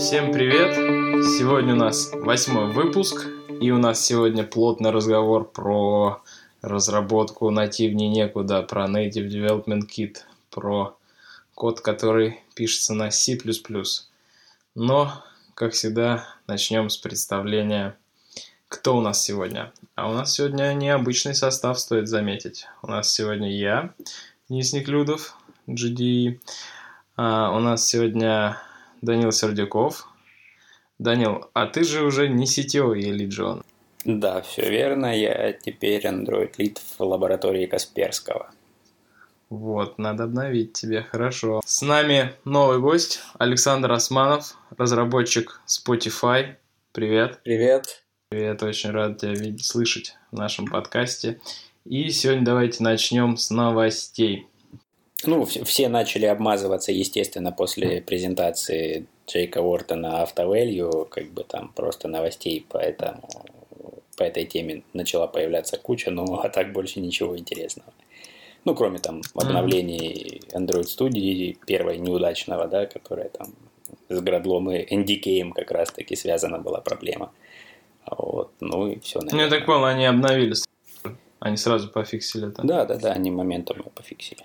Всем привет! Сегодня у нас 8-й выпуск, и у нас сегодня плотный разговор про разработку нативнее некуда, про Native Development Kit, про код, который пишется на C++. Но, как всегда, начнем с представления, кто у нас сегодня. А у нас сегодня необычный состав, стоит заметить. У нас сегодня я, Денис Неклюдов, GDE. У нас сегодня Данил Сердюков. Данил, а ты же уже не CTO или Джон? Да, все верно. Я теперь Android Lead в лаборатории Касперского. Вот, надо обновить тебя, хорошо. С нами новый гость Александр Османов, разработчик Spotify. Привет. Привет. Привет, очень рад тебя видеть, слышать в нашем подкасте. И сегодня давайте начнем с новостей. Ну, все начали обмазываться, естественно, после презентации Джейка Уортона AutoValue, как бы там просто новостей, поэтому по этой теме начала появляться куча, но а так больше ничего интересного. Ну, кроме там обновлений Android Studio, первой неудачного, да, которая там с Gradle и NDK как раз-таки связана была проблема. Вот, ну и все. Ну, я так понял, они обновились. Они сразу пофиксили это. Да, они моментом его пофиксили.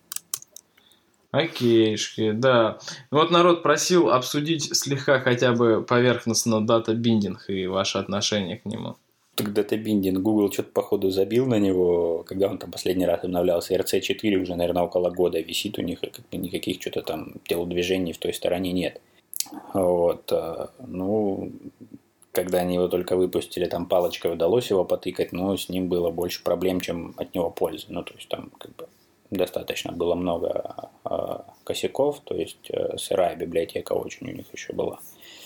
Окейшки, да. Вот народ просил обсудить слегка хотя бы поверхностно дата-биндинг и ваши отношения к нему. Так дата-биндинг, Google что-то походу забил на него, когда он там последний раз обновлялся. RC4 уже, наверное, около года висит у них, и никаких что-то там телодвижений в той стороне нет. Вот, ну, когда они его только выпустили, там палочкой удалось его потыкать, но с ним было больше проблем, чем от него пользы. Ну, то есть там как бы достаточно было много косяков, то есть сырая библиотека очень у них еще была.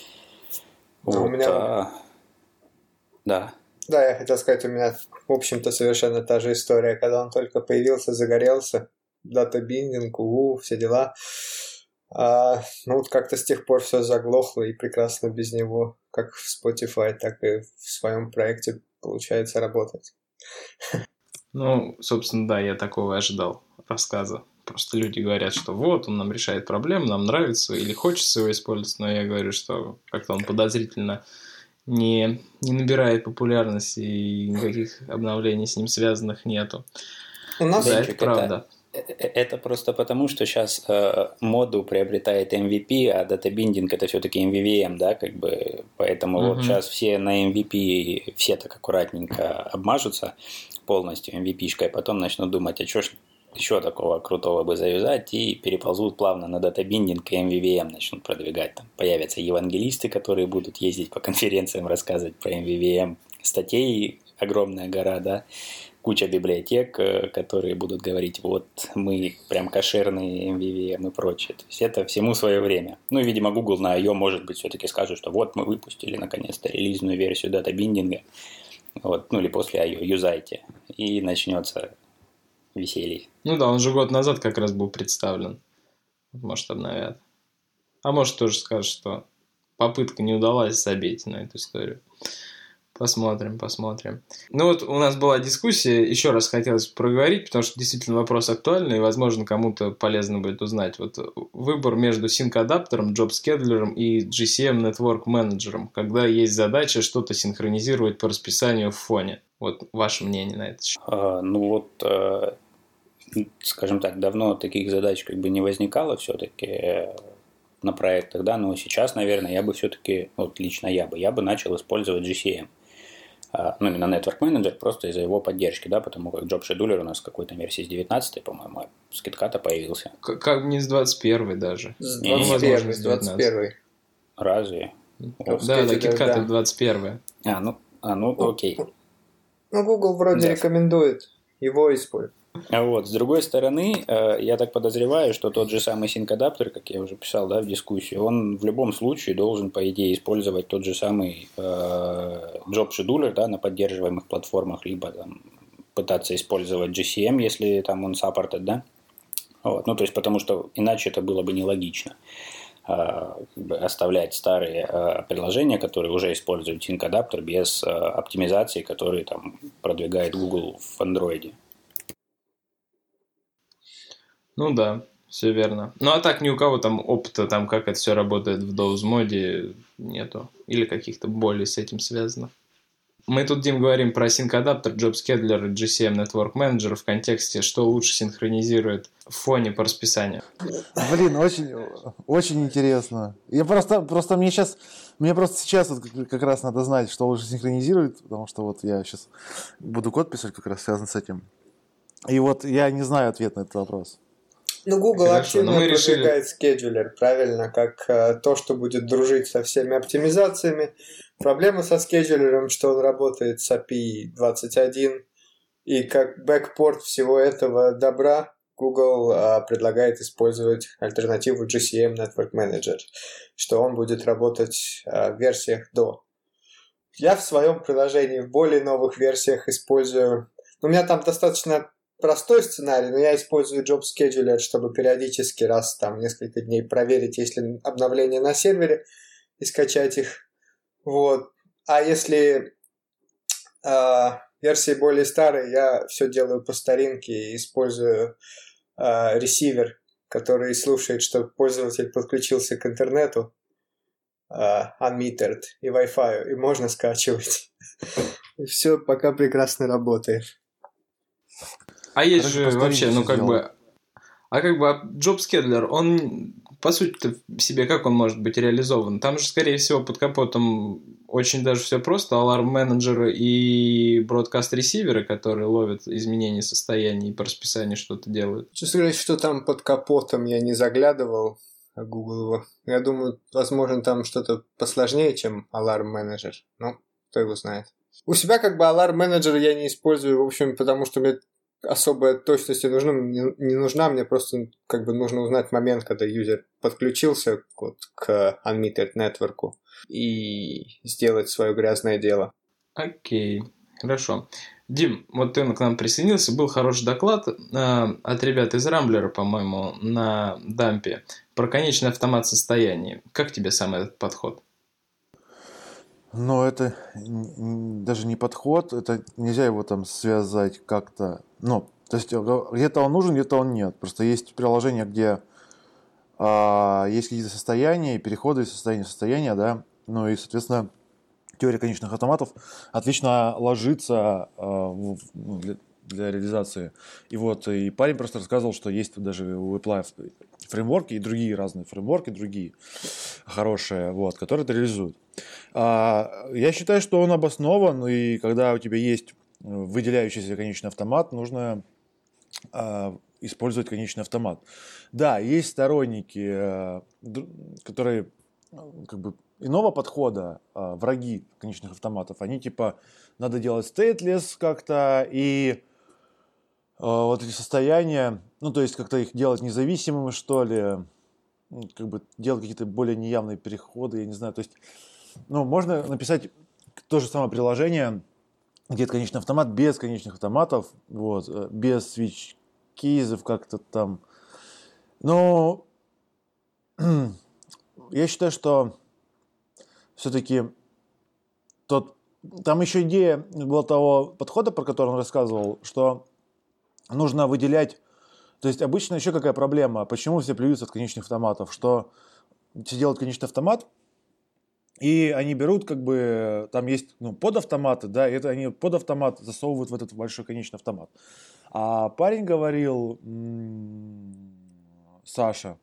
Ну, вот, у меня... Да. Да, я хотел сказать, у меня, в общем-то, совершенно та же история. Когда он только появился, загорелся, дата-биндинг, все дела. Ну, вот как-то с тех пор все заглохло и прекрасно без него, как в Spotify, так и в своем проекте получается работать. Ну, собственно, да, я такого ожидал рассказа. Просто люди говорят, что вот, он нам решает проблему, нам нравится или хочется его использовать, но я говорю, что как-то он подозрительно не набирает популярности и никаких обновлений с ним связанных нету. У нас да, это правда. Это просто потому, что сейчас моду приобретает MVP, а датабиндинг это все-таки MVVM, да, как бы, поэтому вот сейчас все на MVP, все так аккуратненько обмажутся полностью MVP-шкой, потом начнут думать, а что ж еще такого крутого бы завязать, и переползут плавно на датабиндинг и MVVM начнут продвигать. Там появятся евангелисты, которые будут ездить по конференциям, рассказывать про MVVM, статей огромная гора, да, куча библиотек, которые будут говорить, вот мы прям кошерные MVVM и прочее. То есть это всему свое время. Ну и, видимо, Google на I.O. может быть все-таки скажет, что вот мы выпустили наконец-то релизную версию датабиндинга, вот, ну или после I.O. юзайте, и начнется веселье. Ну да, он же год назад как раз был представлен. Может, обновят. А может, тоже скажут, что попытка не удалась, забейте на эту историю. Посмотрим. Ну вот у нас была дискуссия, еще раз хотелось проговорить, потому что действительно вопрос актуальный, и, возможно, кому-то полезно будет узнать. Вот выбор между синк-адаптером, job-scheduler и GCM Network Manager, когда есть задача что-то синхронизировать по расписанию в фоне. Вот ваше мнение на это? Ну вот, скажем так, давно таких задач как бы не возникало все-таки на проектах, да, но сейчас, наверное, я бы все-таки, вот лично я бы начал использовать GCM. Ну, именно Network Manager, просто из-за его поддержки, да, потому как Job Scheduler у нас в какой-то версии с 19, по-моему, с KitKat появился. Как не с 21 даже. С 21, с 21. Разве? Да, KitKat 21. Окей. Ну, Google вроде рекомендует его использовать. Вот, с другой стороны, я так подозреваю, что тот же самый синк-адаптер, как я уже писал, да, в дискуссии, он в любом случае должен, по идее, использовать тот же самый job scheduler, да, на поддерживаемых платформах, либо там, пытаться использовать GCM, если там он supported, да. Вот, ну, то есть, потому что иначе это было бы нелогично. Оставлять старые приложения, которые уже используют синк-адаптер без оптимизации, которые там продвигает Google в Android. Ну да, все верно. Ну, а так ни у кого там опыта, там, как это все работает в DOS-моде, нету. Или каких-то болей с этим связанных. Мы тут, Дим, говорим про синк-адаптер, job-scheduler и GCM Network Manager в контексте, что лучше синхронизирует в фоне по расписанию. Блин, очень, очень интересно. Мне просто сейчас вот как раз надо знать, что лучше синхронизирует, потому что вот я сейчас буду код писать, как раз связан с этим. И вот я не знаю ответ на этот вопрос. Ну, Google активно продвигает скеджулер, правильно, как то, что будет дружить со всеми оптимизациями. Проблема со скеджулером, что он работает с API 21, и как бэкпорт всего этого добра Google предлагает использовать альтернативу GCM Network Manager, что он будет работать в версиях до. Я в своем приложении в более новых версиях использую... У меня там достаточно простой сценарий, но я использую Job Scheduler, чтобы периодически раз там несколько дней проверить, есть ли обновления на сервере, и скачать их. Вот. А если версии более старые, я все делаю по старинке и использую ресивер, который слушает, что пользователь подключился к интернету, unmetered, и Wi-Fi, и можно скачивать. И все пока прекрасно работает. А есть же вообще, ну как бы... А как бы Job Scheduler, он по сути-то в себе как он может быть реализован? Там же, скорее всего, под капотом очень даже все просто. Аларм-менеджеры и бродкаст-ресиверы, которые ловят изменения состояния и по расписанию что-то делают. Честно говоря, что там под капотом я не заглядывал, Google. Я думаю, возможно, там что-то посложнее, чем аларм-менеджер. Ну, кто его знает. У себя как бы аларм-менеджер я не использую, в общем, потому что мне особая точность не нужна, мне просто как бы нужно узнать момент, когда юзер подключился вот к unmetered network и сделать свое грязное дело. Окей, хорошо. Дим, вот ты к нам присоединился, был хороший доклад от ребят из Рамблера, по-моему, на дампе про конечный автомат состояния. Как тебе сам этот подход? Но это даже не подход, это нельзя его там связать как-то. Ну, то есть где-то он нужен, где-то он нет. Просто есть приложения, где есть какие-то состояния, переходы из состояния в состояние, да. Ну и, соответственно, теория конечных автоматов отлично ложится для реализации. И вот, и парень просто рассказывал, что есть даже у Apple фреймворки и другие разные фреймворки, другие хорошие, вот, которые это реализуют. Я считаю, что он обоснован, и когда у тебя есть выделяющийся конечный автомат, нужно использовать конечный автомат. Да, есть сторонники, которые как бы иного подхода, враги конечных автоматов, они типа надо делать stateless как-то, и вот эти состояния, ну то есть как-то их делать независимыми, что ли, как бы делать какие-то более неявные переходы, я не знаю, то есть, ну, можно написать то же самое приложение, где конечный автомат без конечных автоматов, вот, без switch-кейсов как-то там. Но я считаю, что все-таки там еще идея была того подхода, про который он рассказывал, что нужно выделять. То есть обычно еще какая проблема, почему все плюются от конечных автоматов, что все делают конечный автомат, и они берут, как бы, там есть подавтоматы, да, и это они под автомат засовывают в этот большой конечный автомат. А парень говорил, Саша,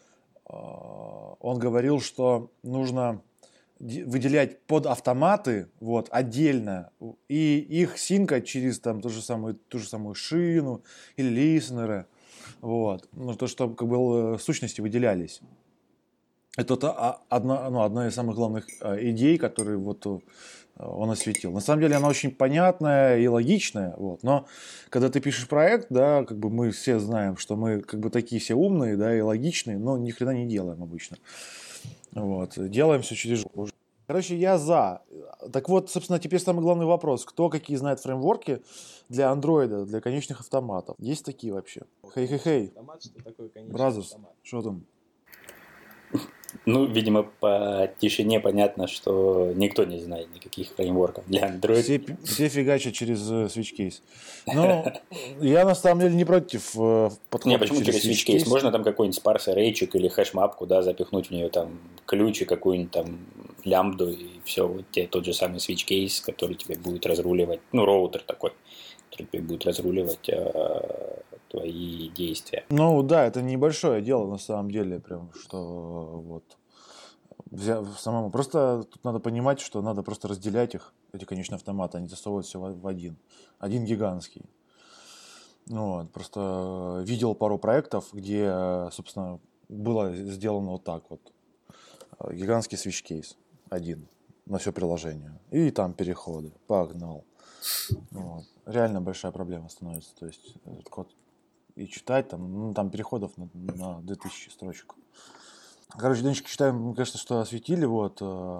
он говорил, что нужно выделять под автоматы вот, отдельно и их синкать через там, ту же самую шину или листенеры, вот, ну, то, чтобы как бы сущности выделялись. Это одна из самых главных идей, которые вот он осветил. На самом деле она очень понятная и логичная, вот. Но когда ты пишешь проект, да, как бы мы все знаем, что мы как бы такие все умные, да, и логичные, но ни хрена не делаем обычно. Вот. Делаем все через жопу. Короче, я за. Так вот, собственно, теперь самый главный вопрос. Кто какие знает фреймворки для андроида, для конечных автоматов? Есть такие вообще? Хей-хей-хей. Бразерс, что там? Ну, видимо, по тишине понятно, что никто не знает никаких фреймворков для Android. Все фигачат через SwitchCase. Ну, я на самом деле не против подхода. Не, почему через SwitchCase? Можно там какой-нибудь парсер рейчик или хэшмапку, да, запихнуть в нее там ключ и какую-нибудь там лямбду, и все, вот тебе тот же самый SwitchCase, который тебе будет разруливать, ну, роутер такой, который тебе будет разруливать твои действия. Ну, да, это небольшое дело на самом деле, прям, что вот самому. Просто тут надо понимать, что надо просто разделять их, эти конечные автоматы, они засовывают все в один. Один гигантский. Ну, вот, просто видел пару проектов, где, собственно, было сделано вот так вот. Гигантский switch-кейс один на все приложение. И там переходы. Погнал. Вот. Реально большая проблема становится. То есть этот код и читать, там, ну, там переходов на 2000 строчек. Короче, Денчик, считаем, мне кажется, что осветили, вот,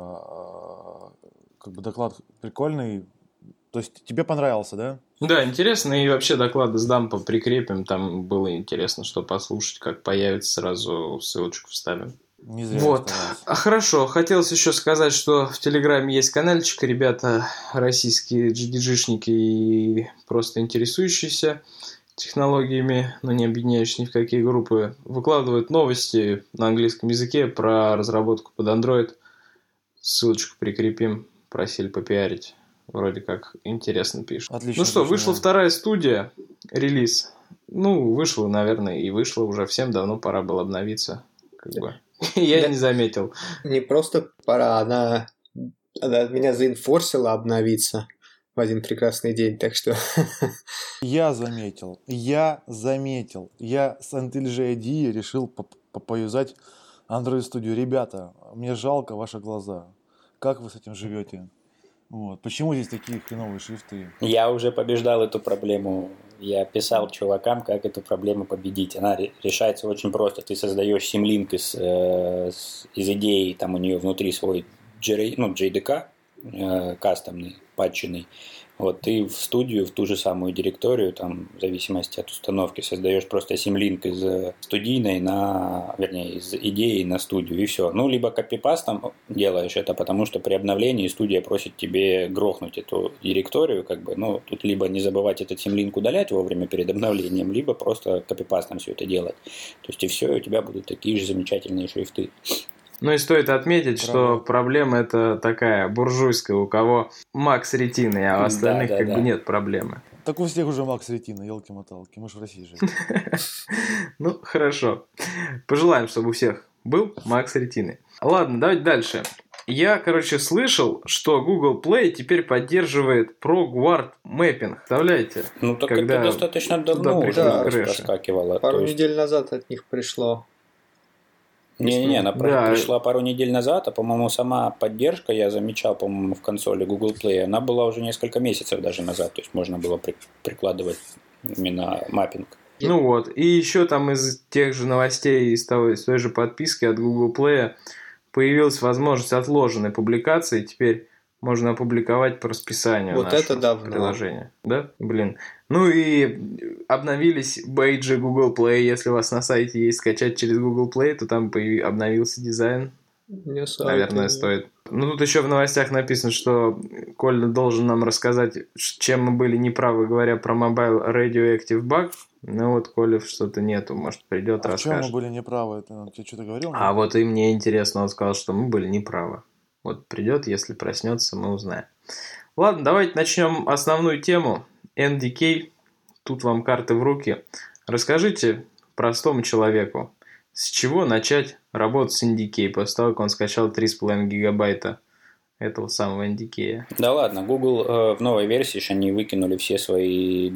как бы доклад прикольный. То есть тебе понравился, да? Да, интересно, и вообще доклады с дампа прикрепим, там было интересно, что послушать, как появится, сразу ссылочку вставим. Не зря вот. Хорошо, хотелось еще сказать, что в Телеграме есть канальчик, ребята российские GDG-шники и просто интересующиеся технологиями, но не объединяющиеся ни в какие группы, выкладывают новости на английском языке про разработку под Android. Ссылочку прикрепим, просили попиарить. Вроде как интересно пишут. Отлично, ну что, отлично, вышла да. вторая студия, релиз. Ну, вышла, наверное, и вышла уже всем давно, пора было обновиться. Как бы. Я не заметил. Не просто пора, она меня заинфорсила обновиться в один прекрасный день, так что... Я заметил. Я с IntelliJ IDE решил поюзать Android Studio. Ребята, мне жалко ваши глаза. Как вы с этим живете? Вот. Почему здесь такие хреновые шрифты? Я уже побеждал эту проблему. Я писал чувакам, как эту проблему победить. Она решается очень просто. Ты создаешь симлинк из идеи, там у нее внутри свой JDK кастомный, патченный. Вот ты в студию, в ту же самую директорию, там, в зависимости от установки, создаешь просто симлинк из студийной из идеи на студию, и все. Ну, либо копипастом делаешь это, потому что при обновлении студия просит тебе грохнуть эту директорию, как бы, ну, тут либо не забывать этот симлинк удалять вовремя перед обновлением, либо просто копипастом все это делать. То есть, и все, и у тебя будут такие же замечательные шрифты. Ну и стоит отметить, что проблема это такая буржуйская, у кого Макс ретины, а у остальных бы нет проблемы. Так у всех уже Макс ретина, елки-моталки, мы же в России живем. Ну, хорошо. Пожелаем, чтобы у всех был Макс ретины. Ладно, давайте дальше. Я, слышал, что Google Play теперь поддерживает ProGuard Mapping. Представляете? Ну, так это достаточно давно уже проскакивало. Пару недель назад от них пришло. Не-не-не, она пришла пару недель назад, а, по-моему, сама поддержка, я замечал, по-моему, в консоли Google Play, она была уже несколько месяцев даже назад, то есть можно было прикладывать именно маппинг. Ну вот, и еще там из тех же новостей, из той же подписки от Google Play появилась возможность отложенной публикации, теперь можно опубликовать по расписанию вот это давно. Приложение. Да? Блин. Ну и обновились бейджи Google Play. Если у вас на сайте есть скачать через Google Play, то там обновился дизайн. Наверное, стоит. Ну, тут еще в новостях написано, что Коля должен нам рассказать, чем мы были неправы, говоря про Mobile Radioactive Bug. Ну вот, Коля, что-то нету. Может, придет, расскажет. В чем мы были неправы? Ты что-то говорил? А вот и мне интересно, он сказал, что мы были неправы. Вот придет, если проснется, мы узнаем. Ладно, давайте начнем основную тему. NDK. Тут вам карты в руки. Расскажите простому человеку, с чего начать работать с NDK, после того, как он скачал 3,5 гигабайта этого самого NDK. Да ладно, Google в новой версии они выкинули все свои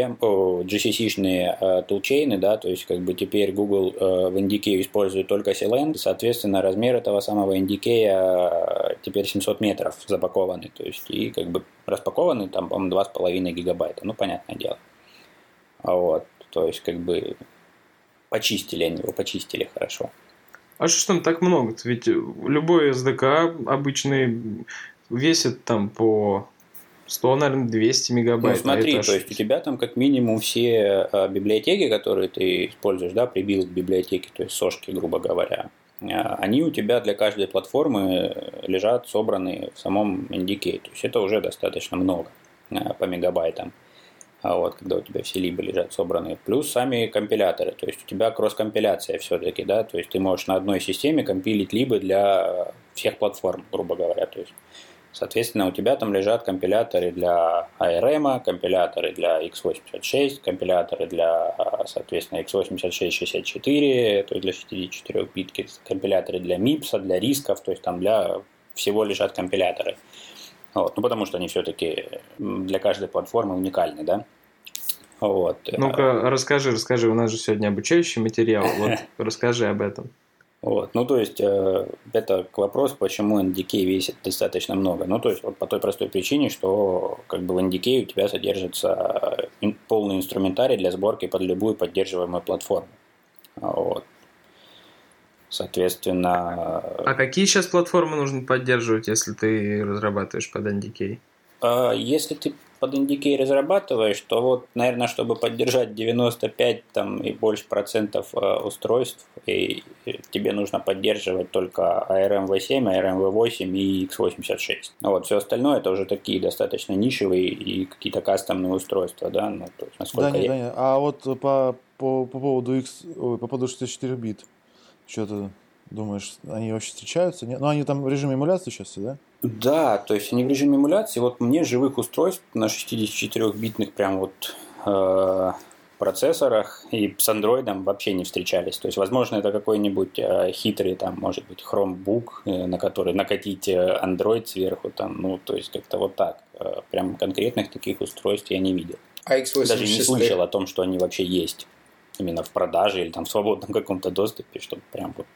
GCC-шные тулчейны, да, то есть как бы теперь Google в NDK использует только CLand, соответственно, размер этого самого NDK теперь 700 метров запакованный, то есть и как бы распакованный там, по-моему, 2,5 гигабайта, ну, понятное дело. Вот, то есть как бы почистили они его, почистили хорошо. А что ж там так много? Ведь любой SDK обычный весит там по 100, наверное, 200 мегабайт. Ну смотри, то есть у тебя там как минимум все библиотеки, которые ты используешь, да, прибил к библиотеке, то есть сошки, грубо говоря, они у тебя для каждой платформы лежат собраны в самом NDK. То есть это уже достаточно много по мегабайтам. Вот, когда у тебя все либо лежат собранные, плюс сами компиляторы, то есть у тебя кросс-компиляция все-таки, да, то есть ты можешь на одной системе компилить либо для всех платформ, грубо говоря, то есть, соответственно, у тебя там лежат компиляторы для ARM, компиляторы для x86, компиляторы для, соответственно, x86-64, то есть для 64-битки, компиляторы для MIPS, для рисков, то есть там для всего лежат компиляторы. Вот. Ну, потому что они все-таки для каждой платформы уникальны, да? Вот. Ну-ка, расскажи, у нас же сегодня обучающий материал, вот расскажи об этом. Вот. Ну, то есть, это к вопросу, почему NDK весит достаточно много. Ну, то есть, вот по той простой причине, что как бы в NDK у тебя содержится полный инструментарий для сборки под любую поддерживаемую платформу. Вот. Соответственно... А какие сейчас платформы нужно поддерживать, если ты разрабатываешь под NDK? Если ты под NDK разрабатываешь, то вот, наверное, чтобы поддержать 95 там, и больше процентов устройств, и тебе нужно поддерживать только ARM V7, ARM V8 и x86. Вот, все остальное это уже такие достаточно нишевые и какие-то кастомные устройства, да? Ну, то есть, насколько Да, а вот по поводу по поводу 64 бит, что ты думаешь, они вообще встречаются? Ну, они там в режиме эмуляции сейчас все, да? Да, то есть они в режиме эмуляции. Вот мне живых устройств на 64-битных прям вот процессорах и с андроидом вообще не встречались. То есть, возможно, это какой-нибудь хитрый, там, может быть, Chromebook, на который накатить Android сверху, там, ну, то есть как-то вот так. Прям конкретных таких устройств я не видел. А x86? Даже не слышал о том, что они вообще есть именно в продаже или там в свободном каком-то доступе, чтобы прям вот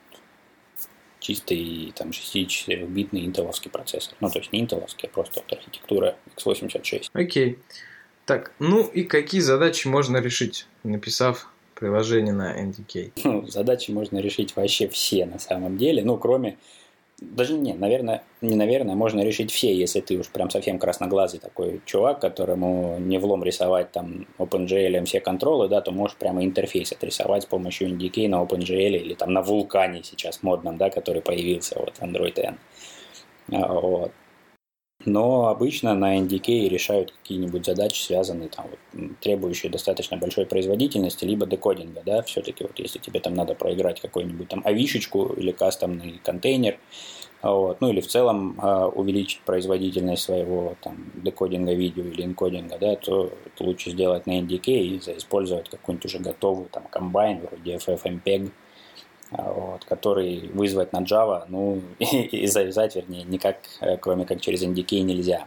чистый там 64-битный интеловский процессор. Ну, то есть не интеловский, а просто вот архитектура x86. Окей. Так, ну и какие задачи можно решить, написав приложение на NDK? Ну, задачи можно решить вообще все на самом деле, ну, кроме... Даже наверное, можно решить все, если ты уж прям совсем красноглазый такой чувак, которому не влом рисовать там OpenGL все контролы, да, то можешь прямо интерфейс отрисовать с помощью NDK на OpenGL или там на Vulkan сейчас модном, да, который появился вот в Android N. Вот. Но обычно на NDK решают какие-нибудь задачи, связанные там, вот, требующие достаточно большой производительности, либо декодинга, да, все-таки вот если тебе там надо проиграть какую-нибудь там авишечку или кастомный контейнер, вот, ну или в целом увеличить производительность своего там декодинга видео или энкодинга, да, то это лучше сделать на NDK и использовать какую-нибудь уже готовую там комбайн вроде FFmpeg, вот, который вызвать на Java, ну, и завязать, вернее, никак, кроме как через NDK нельзя.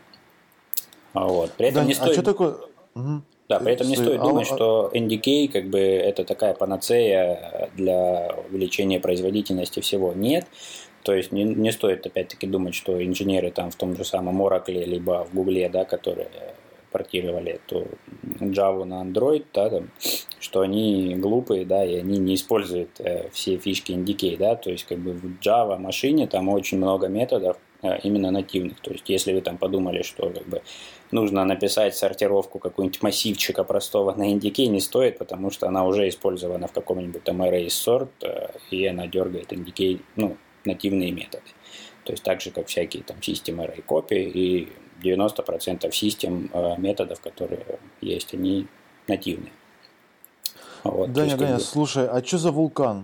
Вот. При этом не стоит... что такое? Да, при этом не стоит думать, что NDK, как бы, это такая панацея для увеличения производительности всего. Нет. То есть не стоит, опять-таки, думать, что инженеры там в том же самом Oracle, либо в Google, да, которые портировали эту Java на Android, да, там, что они глупые, да, и они не используют все фишки NDK, да, то есть как бы в Java машине там очень много методов именно нативных, то есть если вы там подумали, что как бы нужно написать сортировку какую-нибудь массивчика простого на NDK, не стоит, потому что она уже использована в каком-нибудь там array sort, и она дергает NDK, ну, нативные методы. То есть так же, как всякие там system array copy и 90% систем методов, которые есть, они нативные. Вот, Даня, слушай, а что за Vulkan?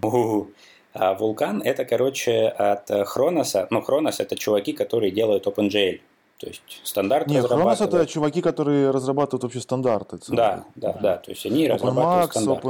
А Vulkan это, короче, от Хроноса. Ну, Хронос это чуваки, которые делают OpenGL. То есть стандарт разрабатывают. Хронос это чуваки, которые разрабатывают вообще стандарты. Да. То есть они разрабатывают стандарты.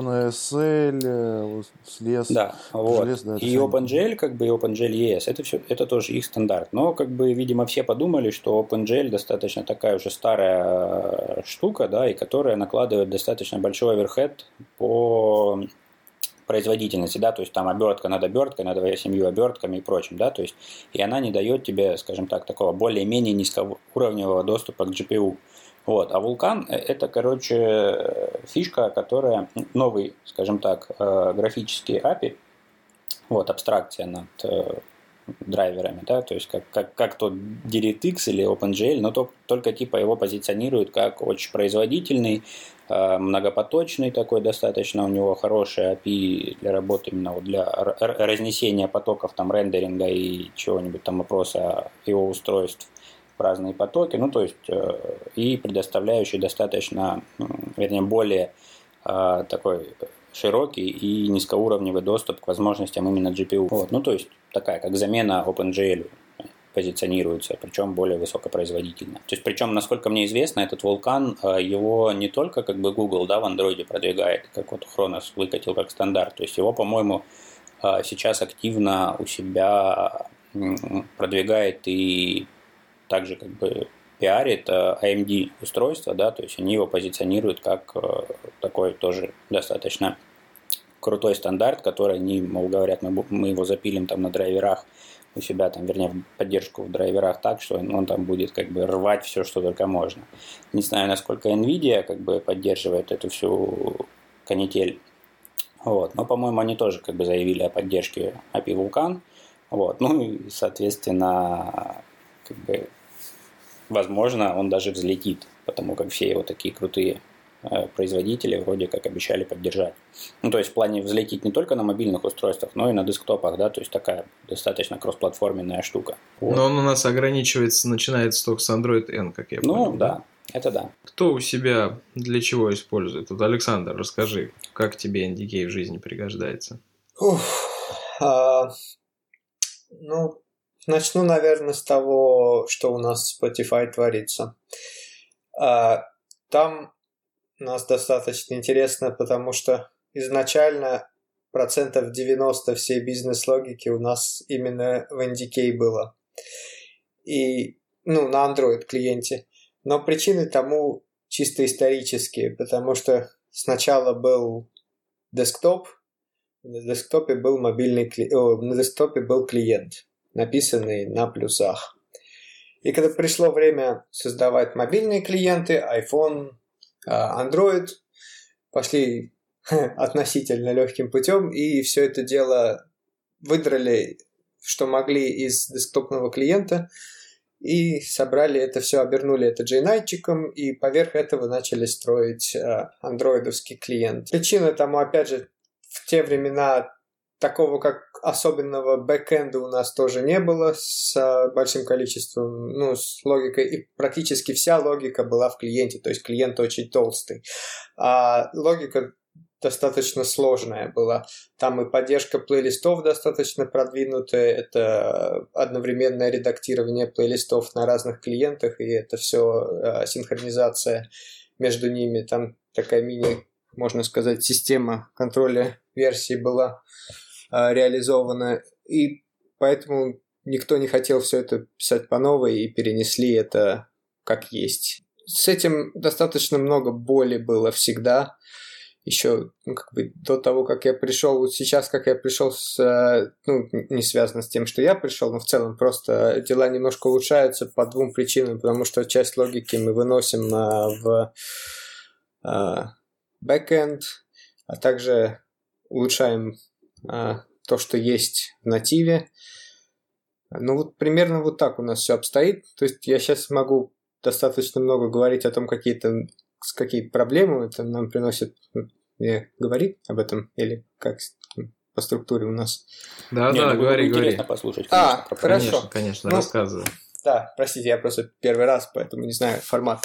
OpenSL, SLES. Да, вот. И OpenGL, как бы, и OpenGL ES, это тоже их стандарт. Но, как бы, видимо, все подумали, что OpenGL достаточно такая уже старая штука, да, и которая накладывает достаточно большой оверхед по производительности, да, то есть там обертка над 8 обертками и прочим, да, то есть и она не дает тебе, скажем так, такого более-менее низкоуровневого доступа к GPU. Вот, а Vulkan это, короче, фишка, которая новый, скажем так, графический API, вот, абстракция над драйверами, да, то есть как тот DirectX или OpenGL, но только типа его позиционируют как очень производительный, многопоточный такой достаточно, у него хороший API для работы именно вот для разнесения потоков там рендеринга и чего-нибудь там опроса его устройств в разные потоки, ну то есть и предоставляющий достаточно, вернее, более такой широкий и низкоуровневый доступ к возможностям именно GPU. Вот. Ну, то есть такая, как замена OpenGL позиционируется, причем более высокопроизводительно. То есть, причем, насколько мне известно, этот Vulkan, его не только как бы Google, да, в Android продвигает, как вот Хронос выкатил как стандарт, то есть его, по-моему, сейчас активно у себя продвигает и также как бы пиарит AMD устройство, да, то есть они его позиционируют как такой тоже достаточно крутой стандарт, который они, мол, говорят, мы его запилим там на драйверах у себя, там, вернее, поддержку в драйверах так, что он там будет как бы рвать все, что только можно. Не знаю, насколько Nvidia как бы поддерживает эту всю канитель, вот, но, по-моему, они тоже как бы заявили о поддержке API Vulkan, вот, ну и, соответственно, как бы возможно, он даже взлетит, потому как все его такие крутые производители вроде как обещали поддержать. Ну, то есть в плане взлететь не только на мобильных устройствах, но и на десктопах, да, то есть такая достаточно кроссплатформенная штука. Вот. Но он у нас ограничивается, начинается только с Android N, как я понял. Ну, да, это да. Кто у себя для чего использует? Вот, Александр, расскажи, как тебе NDK в жизни пригождается? Ну, начну, наверное, с того, что у нас в Spotify творится. Там у нас достаточно интересно, потому что изначально 90% всей бизнес-логики у нас именно в NDK было. И, ну, на Android-клиенте. Но причины тому чисто исторические, потому что сначала был десктоп, на десктопе был на десктопе был клиент, написанный на плюсах. И когда пришло время создавать мобильные клиенты, iPhone, Android, пошли относительно легким путем, и все это дело выдрали, что могли из десктопного клиента, и собрали это все, обернули это JNIT-чиком, и поверх этого начали строить андроидовский клиент. Причина тому, опять же, в те времена такого как особенного бэкэнда у нас тоже не было с большим количеством, ну, с логикой, и практически вся логика была в клиенте, то есть клиент очень толстый. А логика достаточно сложная была. Там и поддержка плейлистов достаточно продвинутая, это одновременное редактирование плейлистов на разных клиентах, и это все синхронизация между ними. Там такая можно сказать, система контроля версий была реализована, и поэтому никто не хотел все это писать по новой, и перенесли это как есть. С этим достаточно много боли было всегда. Еще, как бы до того, как я пришел, вот сейчас, как я пришел, не связано с тем, что я пришел, но в целом просто дела немножко улучшаются по двум причинам, потому что часть логики мы выносим в бэкэнд, а также улучшаем то, что есть в нативе. Ну вот примерно вот так у нас все обстоит. То есть я сейчас могу достаточно много говорить о том, какие проблемы это нам приносит. Мне говорить об этом или как по структуре у нас? Да, говори. Интересно послушать. Хорошо. Конечно, рассказывай. Да, простите, я просто первый раз, поэтому не знаю формат.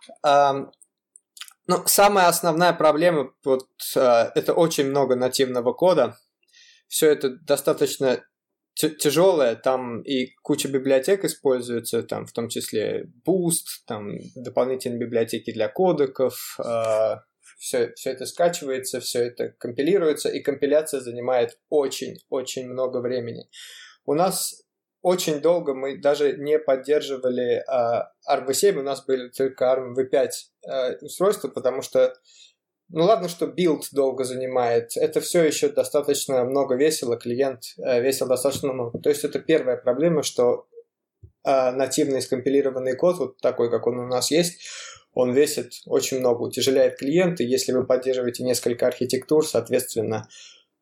Самая основная проблема, это очень много нативного кода. Все это достаточно тяжелое, там и куча библиотек используется, там в том числе Boost, там дополнительные библиотеки для кодеков, все это скачивается, все это компилируется, и компиляция занимает очень-очень много времени. У нас очень долго мы даже не поддерживали ARMv7, у нас были только ARMv5 устройства, потому что, ну ладно, что билд долго занимает, это все еще достаточно много весило, клиент весил достаточно много. То есть это первая проблема, что нативный скомпилированный код, вот такой, как он у нас есть, он весит очень много, утяжеляет клиент, и если вы поддерживаете несколько архитектур, соответственно,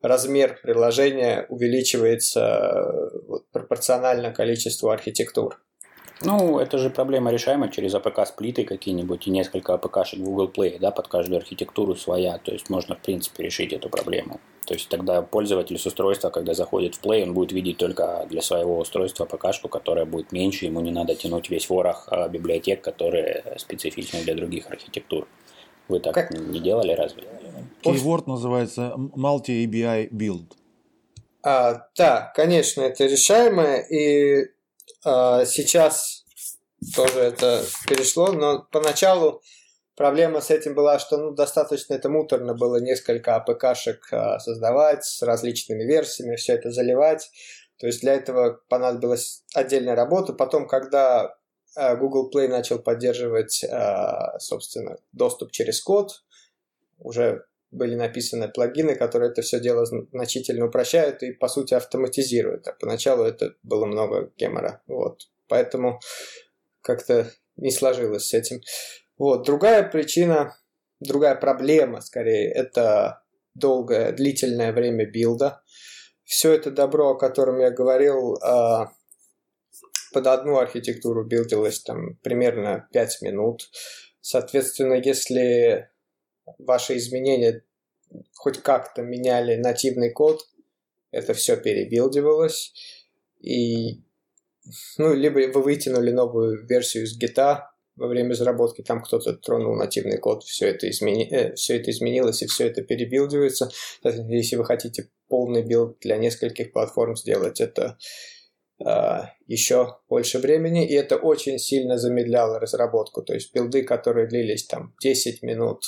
размер приложения увеличивается пропорционально количеству архитектур. Ну, это же проблема решаема через APK-сплиты какие-нибудь и несколько APK-шек в Google Play, да, под каждую архитектуру своя. То есть можно, в принципе, решить эту проблему. То есть тогда пользователь с устройства, когда заходит в Play, он будет видеть только для своего устройства APK-шку, которая будет меньше, ему не надо тянуть весь ворох библиотек, которые специфичны для других архитектур. Вы так не делали разве? Keyword называется Multi-ABI Build. Да, конечно, это решаемо, и сейчас тоже это перешло, но поначалу проблема с этим была, что достаточно это муторно было несколько АПК-шек создавать с различными версиями, все это заливать. То есть для этого понадобилась отдельная работа. Потом, когда Google Play начал поддерживать, собственно, доступ через код, уже были написаны плагины, которые это все дело значительно упрощают и, по сути, автоматизируют. А поначалу это было много гемора. Поэтому как-то не сложилось с этим. Другая причина, другая проблема, скорее, это долгое, длительное время билда. Все это добро, о котором я говорил, под одну архитектуру билдилось примерно 5 минут. Соответственно, если ваши изменения хоть как-то меняли нативный код, это все перебилдивалось. И, либо вы вытянули новую версию из гита во время разработки, там кто-то тронул нативный код, все это изменилось, и все это перебилдивается. Если вы хотите полный билд для нескольких платформ сделать, это еще больше времени, и это очень сильно замедляло разработку. То есть билды, которые длились 10 минут,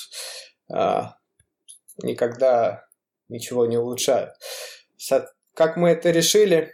никогда ничего не улучшают. Как мы это решили?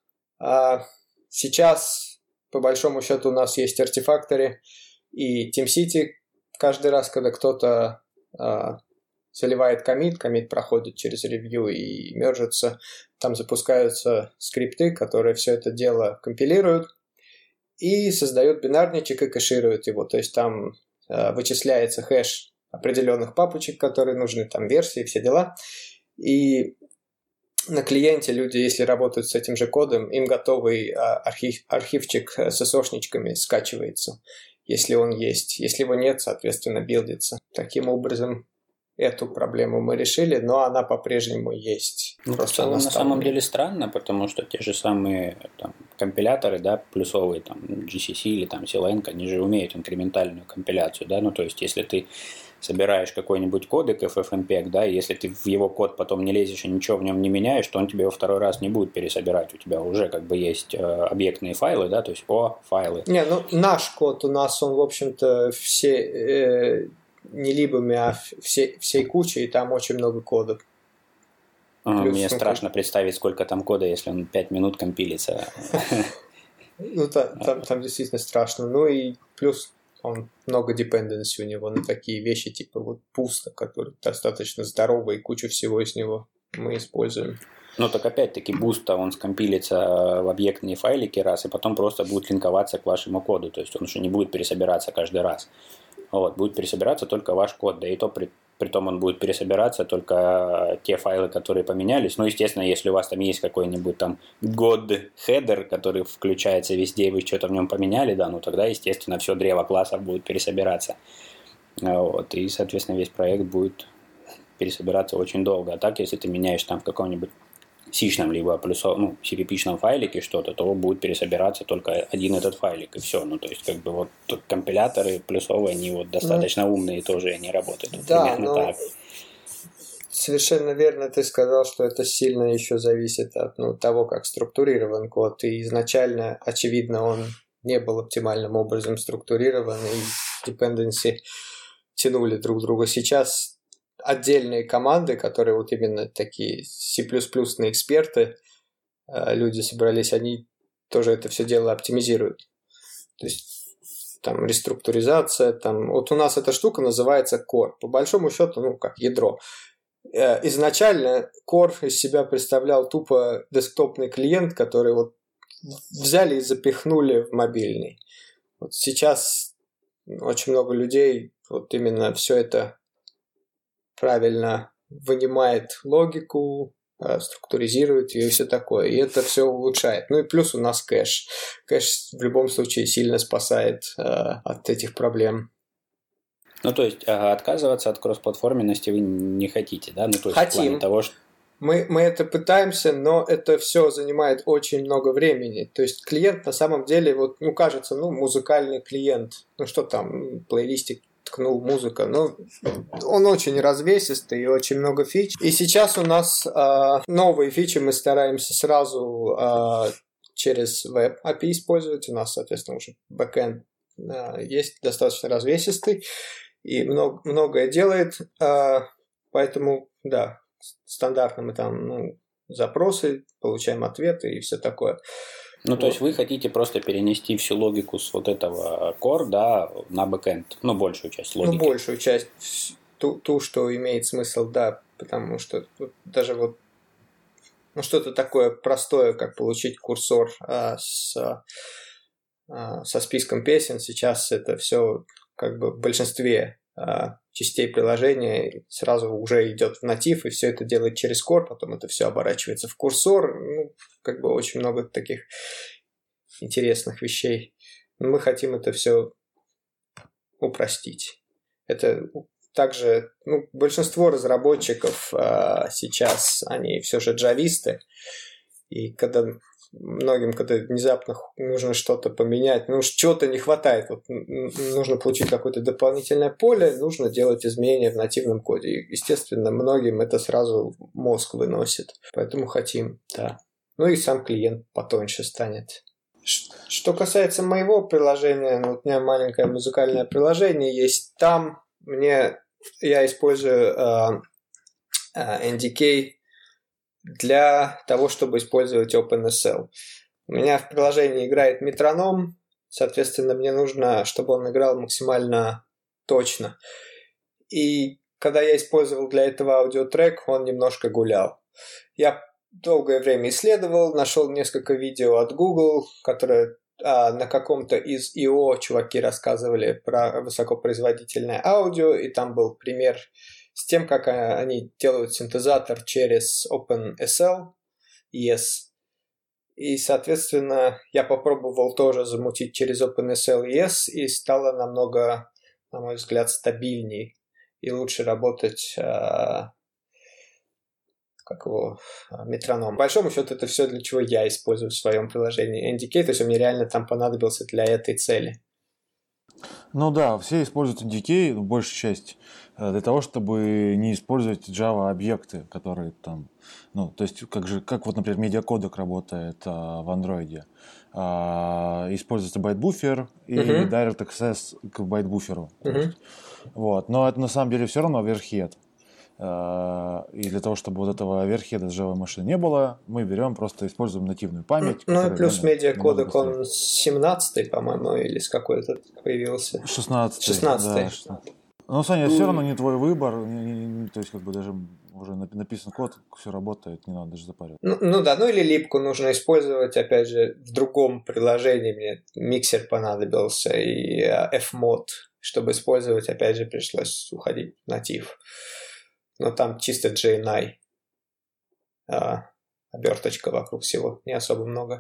Сейчас, по большому счету, у нас есть Artifactory и TeamCity. Каждый раз, когда кто-то заливает коммит проходит через ревью и мержится, там запускаются скрипты, которые все это дело компилируют и создают бинарничек и кэшируют его. То есть там вычисляется хэш определенных папочек, которые нужны, версии, все дела. И на клиенте люди, если работают с этим же кодом, им готовый архивчик с SSO-шничками скачивается, если он есть. Если его нет, соответственно, билдится. Таким образом, эту проблему мы решили, но она по-прежнему есть. Просто на самом деле странно, потому что те же самые компиляторы, плюсовые, GCC или CLN, они же умеют инкрементальную компиляцию, то есть если ты собираешь какой-нибудь кодек FFmpeg, если ты в его код потом не лезешь и ничего в нем не меняешь, то он тебе во второй раз не будет пересобирать. У тебя уже есть объектные файлы, то есть файлы. Наш код у нас, он, в общем-то, все не либами, а всей кучей, и там очень много кода. Мне страшно представить, сколько там кода, если он 5 минут компилится. Там действительно страшно. И плюс он много dependency у него на такие вещи, типа пусто, который достаточно здоровый, и кучу всего из него мы используем. Так опять-таки буст-то он скомпилится в объектные файлики раз, и потом просто будет линковаться к вашему коду. То есть он уже не будет пересобираться каждый раз. Будет пересобираться только ваш код, да и то притом он будет пересобираться только те файлы, которые поменялись. Естественно, если у вас там есть какой-нибудь God header, который включается везде, и вы что-то в нем поменяли, тогда, естественно, все древо классов будет пересобираться. И, соответственно, весь проект будет пересобираться очень долго. А так, если ты меняешь в каком-нибудь C-шном, либо CPP-шном файлике что-то, то будет пересобираться только один этот файлик, и все. То есть, компиляторы плюсовые, они достаточно умные тоже, они работают. Примерно так. Совершенно верно ты сказал, что это сильно еще зависит от того, как структурирован код. И изначально, очевидно, он не был оптимальным образом структурирован, и dependency тянули друг друга. Сейчас отдельные команды, которые именно такие C++-ные эксперты, люди собрались, они тоже это все дело оптимизируют. То есть реструктуризация, у нас эта штука называется core. По большому счету, как ядро. Изначально core из себя представлял тупо десктопный клиент, который взяли и запихнули в мобильный. Сейчас очень много людей именно все это правильно вынимает логику, структуризирует ее и все такое. И это все улучшает. Ну и плюс у нас кэш. Кэш в любом случае сильно спасает от этих проблем. Ну, то есть, отказываться от кроссплатформенности вы не хотите, да? Ну, то есть, хотим. В плане того, что... Мы это пытаемся, но это все занимает очень много времени. То есть клиент на самом деле, вот, ну, кажется, ну, музыкальный клиент, ну, что там, плейлистик ткнул музыка, но он очень развесистый и очень много фич. И сейчас у нас новые фичи мы стараемся сразу через веб API использовать. У нас, соответственно, уже бэкэнд есть достаточно развесистый и многое делает, поэтому, да, стандартно мы там запросы, получаем ответы и все такое. Ну, то есть вы хотите просто перенести всю логику с вот этого core, да, на бэкэнд, ну, большую часть логики. Ну, большую часть, ту, что имеет смысл, да, потому что даже вот ну, что-то такое простое, как получить курсор со списком песен, сейчас это все как бы в большинстве частей приложения сразу уже идет в натив, и все это делает через core, потом это все оборачивается в курсор. Ну, как бы очень много таких интересных вещей. Но мы хотим это все упростить. Это также, ну, большинство разработчиков сейчас, они все же джависты, и когда многим, когда внезапно нужно что-то поменять, ну, чего-то не хватает, вот, нужно получить какое-то дополнительное поле, нужно делать изменения в нативном коде. И, естественно, многим это сразу мозг выносит. Поэтому хотим, да. Ну и сам клиент потоньше станет. Что касается моего приложения, ну, вот у меня маленькое музыкальное приложение есть. Там я использую NDK для того, чтобы использовать OpenSL. У меня в приложении играет метроном, соответственно, мне нужно, чтобы он играл максимально точно. И когда я использовал для этого аудиотрек, он немножко гулял. Я долгое время исследовал, нашел несколько видео от Google, которые на каком-то из I.O. чуваки рассказывали про высокопроизводительное аудио, и там был пример с тем, как они делают синтезатор через OpenSL, ES. И, соответственно, я попробовал тоже замутить через OpenSL ES, и стало намного, на мой взгляд, стабильней и лучше работать метроном. По большому счету, это все, для чего я использую в своем приложении NDK, то есть он мне реально там понадобился для этой цели. Ну да, все используют NDK, большая часть, для того, чтобы не использовать Java-объекты, которые там, ну, то есть, как вот, например, медиакодек работает в Android. Используется байт-буфер и Direct Access к байт-буферу. Вот. Но это на самом деле все равно оверхед. И для того, чтобы вот этого оверхеда с Java машины не было, мы берем, просто используем нативную память. Ну и плюс медиакодек, он с 17-й, по-моему, или с какой-то появился? 16-й. 16-й. Да. Но, Саня, все равно не твой выбор, то есть как бы даже уже написан код, все работает, не надо даже запариваться. Ну да, ну или липку нужно использовать, опять же, в другом приложении. Мне миксер понадобился и Fmod, чтобы использовать, опять же, пришлось уходить в натив. Но там чисто JNI, оберточка вокруг всего, не особо много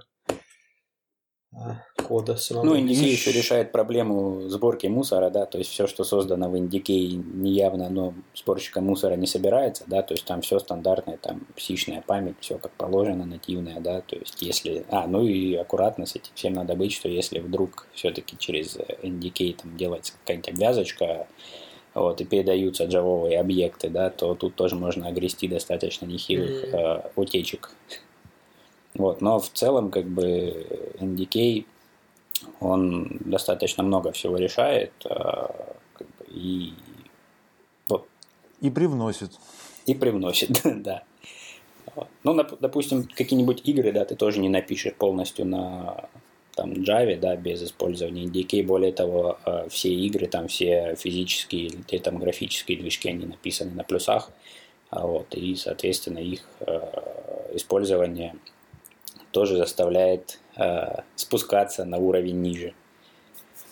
кода самого. Ну, NDK еще решает проблему сборки мусора, да, то есть все, что создано в NDK, неявно, но сборщиком мусора не собирается, да, то есть там все стандартное, там псичная память, все как положено, нативное, да, то есть если... ну и аккуратно с этим всем надо быть, что если вдруг все-таки через NDK там делается какая-нибудь обвязочка, вот, и передаются джавовые объекты, да, то тут тоже можно огрести достаточно нехилых утечек. Вот, но в целом, как бы, NDK, он достаточно много всего решает, как бы, и вот. И привносит. И привносит, да. Вот. Ну, допустим, какие-нибудь игры, да, ты тоже не напишешь полностью на там Java, да, без использования NDK. Более того, все игры, там все физические или там графические движки, они написаны на плюсах, вот, и, соответственно, их использование тоже заставляет спускаться на уровень ниже.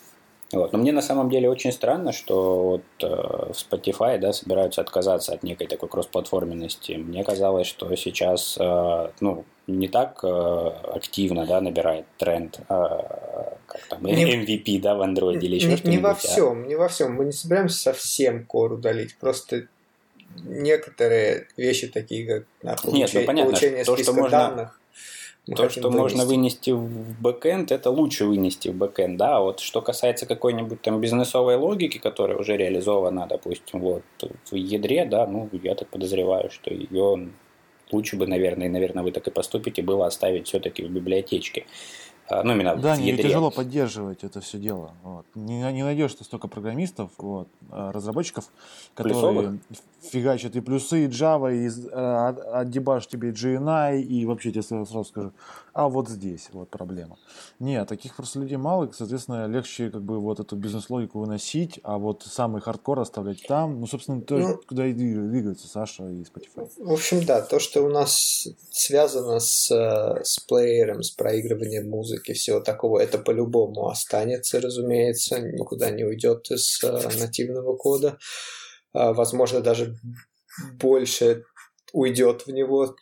Вот. Но мне на самом деле очень странно, что вот в Spotify, да, собираются отказаться от некой такой кроссплатформенности. Мне казалось, что сейчас не так активно, да, набирает тренд, как там, MVP, да, в Android или еще что-нибудь. Не во всем. Мы не собираемся совсем Core удалить. Просто некоторые вещи такие, как получение списка данных. То, что можно вынести в бэкэнд, это лучше вынести в бэкэнд, да. Вот что касается какой-нибудь там бизнесовой логики, которая уже реализована, допустим, вот в ядре, да, я так подозреваю, что ее лучше бы, наверное, вы так и поступите, было оставить все-таки в библиотечке. Именно да, в ядре. тяжело поддерживать это все дело. Вот. Не найдешь ты столько программистов, разработчиков, которые фигачат и плюсы, и Java, и отдебашь тебе GNI, и вообще тебе сразу скажу, а вот здесь вот проблема. Нет, таких просто людей мало, и, соответственно, легче вот эту бизнес-логику выносить, а вот самый хардкор оставлять там. Собственно, куда и двигаются Саша и Spotify. В общем, да, то, что у нас связано с плеером, с проигрыванием музыки, всего такого, это по-любому останется, разумеется, никуда не уйдет из нативного кода. Возможно, даже больше уйдет в него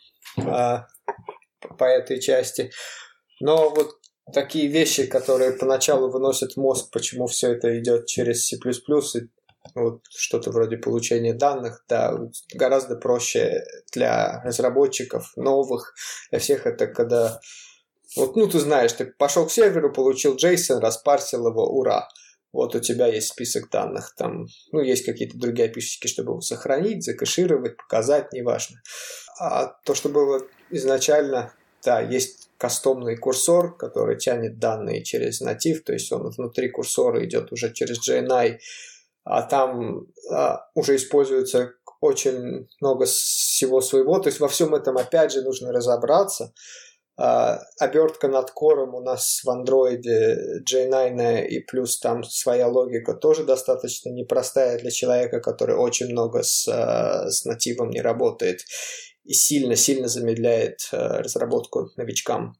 по этой части. Но вот такие вещи, которые поначалу выносят мозг, почему все это идет через C++, и вот что-то вроде получения данных, да, гораздо проще для разработчиков новых, для всех это когда ты знаешь, ты пошел к серверу, получил JSON, распарсил его, ура. Вот у тебя есть список данных, там, есть какие-то другие опишечки, чтобы его сохранить, закэшировать, показать, неважно. А то, что было изначально, да, есть кастомный курсор, который тянет данные через натив, то есть он внутри курсора идет уже через GNI, а там уже используется очень много всего своего, то есть во всем этом опять же нужно разобраться. Обертка над кором у нас в андроиде J9 и плюс там своя логика тоже достаточно непростая для человека, который очень много с нативом не работает и сильно-сильно замедляет разработку новичкам.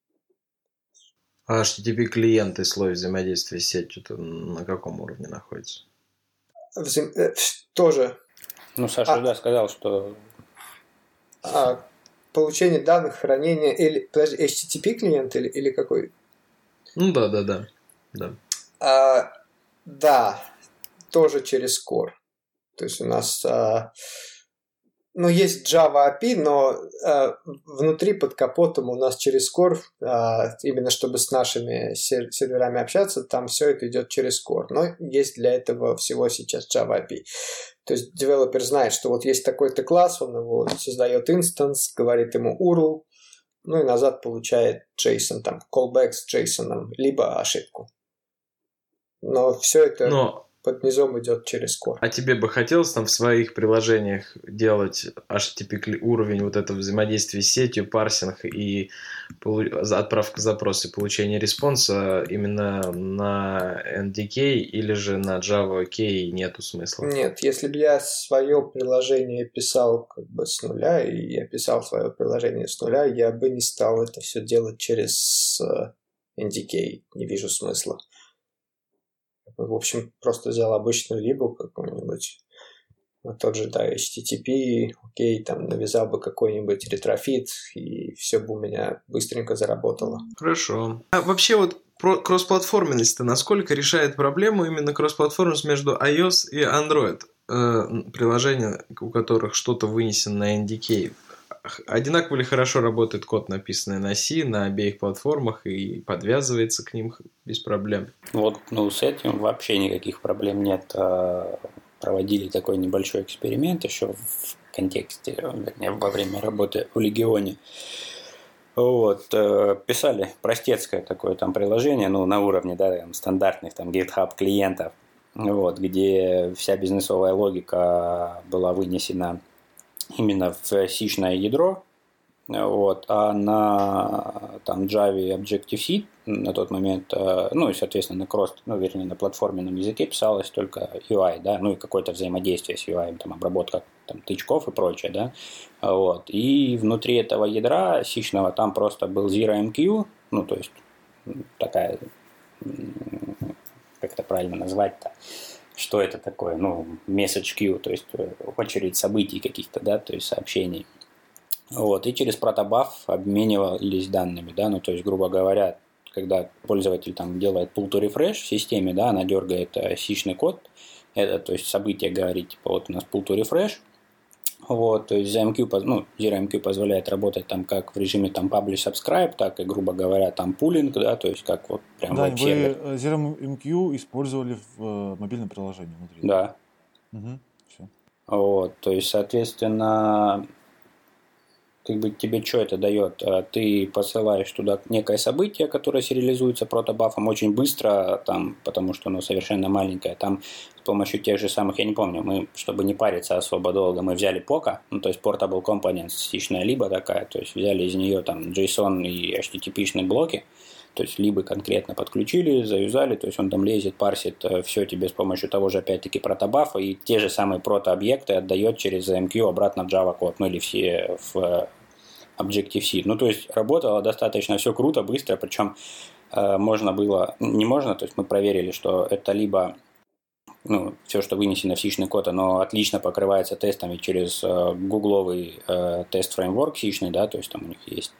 А HTTP клиент и слой взаимодействия с сетью на каком уровне находится? Тоже. Саша, сказал, что... Получение данных, хранение или HTTP клиент или какой? Да. Да, тоже через Core. То есть у нас есть Java API, но внутри под капотом у нас через Core, именно чтобы с нашими серверами общаться, там все это идет через Core. Но есть для этого всего сейчас Java API. То есть девелопер знает, что вот есть такой-то класс, он его создает инстанс, говорит ему URL, и назад получает JSON, там, callback с JSON, либо ошибку. Но все это под низом идет через Core. А тебе бы хотелось там в своих приложениях делать HTTP уровень вот этого взаимодействия с сетью, парсинг и отправка запроса и получение респонса именно на NDK или же на Java K нету смысла? Нет, если бы я свое приложение писал с нуля, и я писал свое приложение с нуля, я бы не стал это все делать через NDK. Не вижу смысла. В общем, просто взял обычную либу какую-нибудь, тот же, HTTP, окей, там навязал бы какой-нибудь ретрофит, и все бы у меня быстренько заработало. Хорошо. А вообще кроссплатформенность-то насколько решает проблему именно кроссплатформенность между iOS и Android? Приложения, у которых что-то вынесено на NDK, одинаково ли хорошо работает код, написанный на C, на обеих платформах и подвязывается к ним без проблем? С этим вообще никаких проблем нет. Проводили такой небольшой эксперимент еще в контексте, во время работы в Легионе. Писали простецкое такое там приложение, на уровне стандартных GitHub клиентов, где вся бизнесовая логика была вынесена именно в C-шное ядро, а на Java и Objective-C на тот момент, и, соответственно, на платформенном языке писалось только UI, и какое-то взаимодействие с UI, обработка тычков и прочее, И внутри этого ядра C-шного там просто был ZeroMQ, то есть такая как это правильно назвать-то, что это такое, ну, message queue, то есть очередь событий каких-то, да, то есть сообщений. Вот, и через протобаф обменивались данными, да, ну, то есть, грубо говоря, когда пользователь там делает pull to refresh в системе, да, она дергает сишный код, это, то есть, событие говорит, типа, вот у нас pull to refresh, вот, то есть ZeroMQ, ну, ZeroMQ позволяет работать там как в режиме там publish subscribe, так и, грубо говоря, там пулинг, да, то есть как вот прям Да, веб-сервер. вы ZeroMQ использовали в мобильном приложении внутри. Да. Угу, все. Вот, то есть, соответственно, как бы тебе что это дает? Ты посылаешь туда некое событие, которое сериализуется протобафом очень быстро, там, потому что оно совершенно маленькое. Там с помощью тех же самых, я не помню, мы, чтобы не париться особо долго, мы взяли POCA, ну, то есть Portable Components, стичная либо такая, то есть взяли из нее там JSON и HTTP-шные блоки, то есть либо конкретно подключили, заюзали, то есть он там лезет, парсит все тебе с помощью того же опять-таки протобафа и те же самые протообъекты отдает через MQ обратно в Java код, ну или все в Objective-C. Ну то есть работало достаточно все круто, быстро, причем можно было, не можно, то есть мы проверили, что это либо ну, все, что вынесено в сишный код, оно отлично покрывается тестами через гугловый тест-фреймворк сишный, да, то есть там у них есть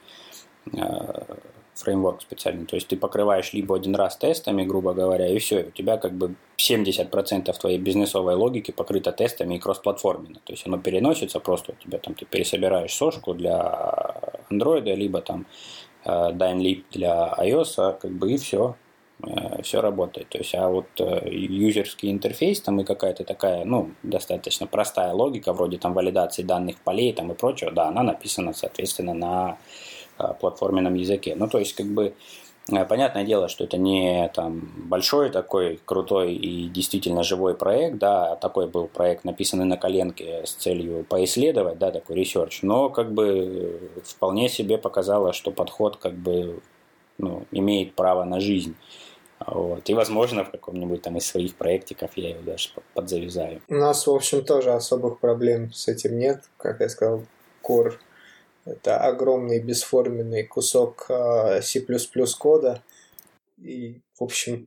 фреймворк специальный, то есть ты покрываешь либо один раз тестами, грубо говоря, и все, у тебя как бы 70% твоей бизнесовой логики покрыто тестами и кроссплатформенно, то есть оно переносится просто у тебя там, ты пересобираешь сошку для Android, либо там Dynlib для iOS, как бы и все работает. То есть, а вот юзерский интерфейс там и какая-то такая, ну, достаточно простая логика, вроде там валидации данных полей там и прочего, да, она написана, соответственно, на платформенном языке. Ну, то есть, как бы, понятное дело, что это не там большой такой крутой и действительно живой проект, да, такой был проект, написанный на коленке с целью поисследовать, да, такой research, но как бы вполне себе показало, что подход как бы, ну, имеет право на жизнь. Вот. И, возможно, в каком-нибудь там из своих проектиков я его даже подзавязаю. У нас, в общем, тоже особых проблем с этим нет. Как я сказал, Core — это огромный бесформенный кусок C++ кода. И, в общем,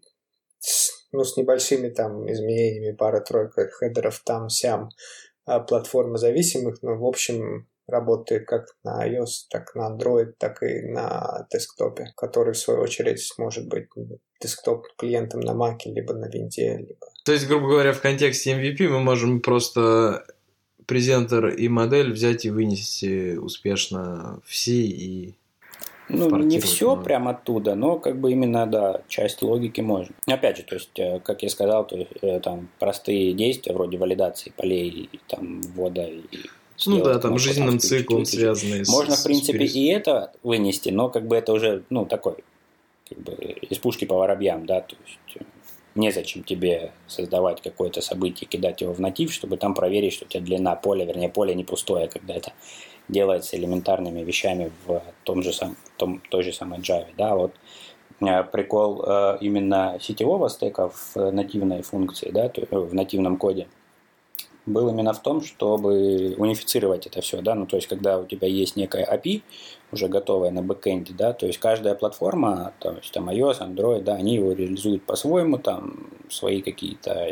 с небольшими там изменениями, пара-тройка хедеров там-сям, платформа зависимых, но, в общем, работает как на iOS, так на Android, так и на десктопе, который, в свою очередь, может быть десктоп-клиентом на Mac, либо на винде, либо... То есть, грубо говоря, в контексте MVP мы можем просто презентер и модель взять и вынести успешно в C и... Ну, не все прямо оттуда, но как бы именно, да, часть логики можно. Опять же, то есть, как я сказал, то есть, там простые действия вроде валидации полей, там, ввода и... Ну да, там жизненным циклом связанные. Можно, в принципе, и это вынести, но как бы это уже, ну, такой, как бы из пушки по воробьям, да, то есть незачем тебе создавать какое-то событие, кидать его в натив, чтобы там проверить, что у тебя длина поля, вернее, поле не пустое, когда это делается элементарными вещами в той же самой Java, да, вот прикол именно сетевого стека в нативной функции, да, в нативном коде был именно в том, чтобы унифицировать это все, да, ну, то есть, когда у тебя есть некая API, уже готовая на бэкэнде, да, то есть, каждая платформа, то есть, там, iOS, Android, да, они его реализуют по-своему, там, свои какие-то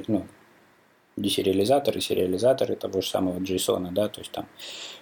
десериализаторы, сериализаторы того же самого JSON, да, то есть, там,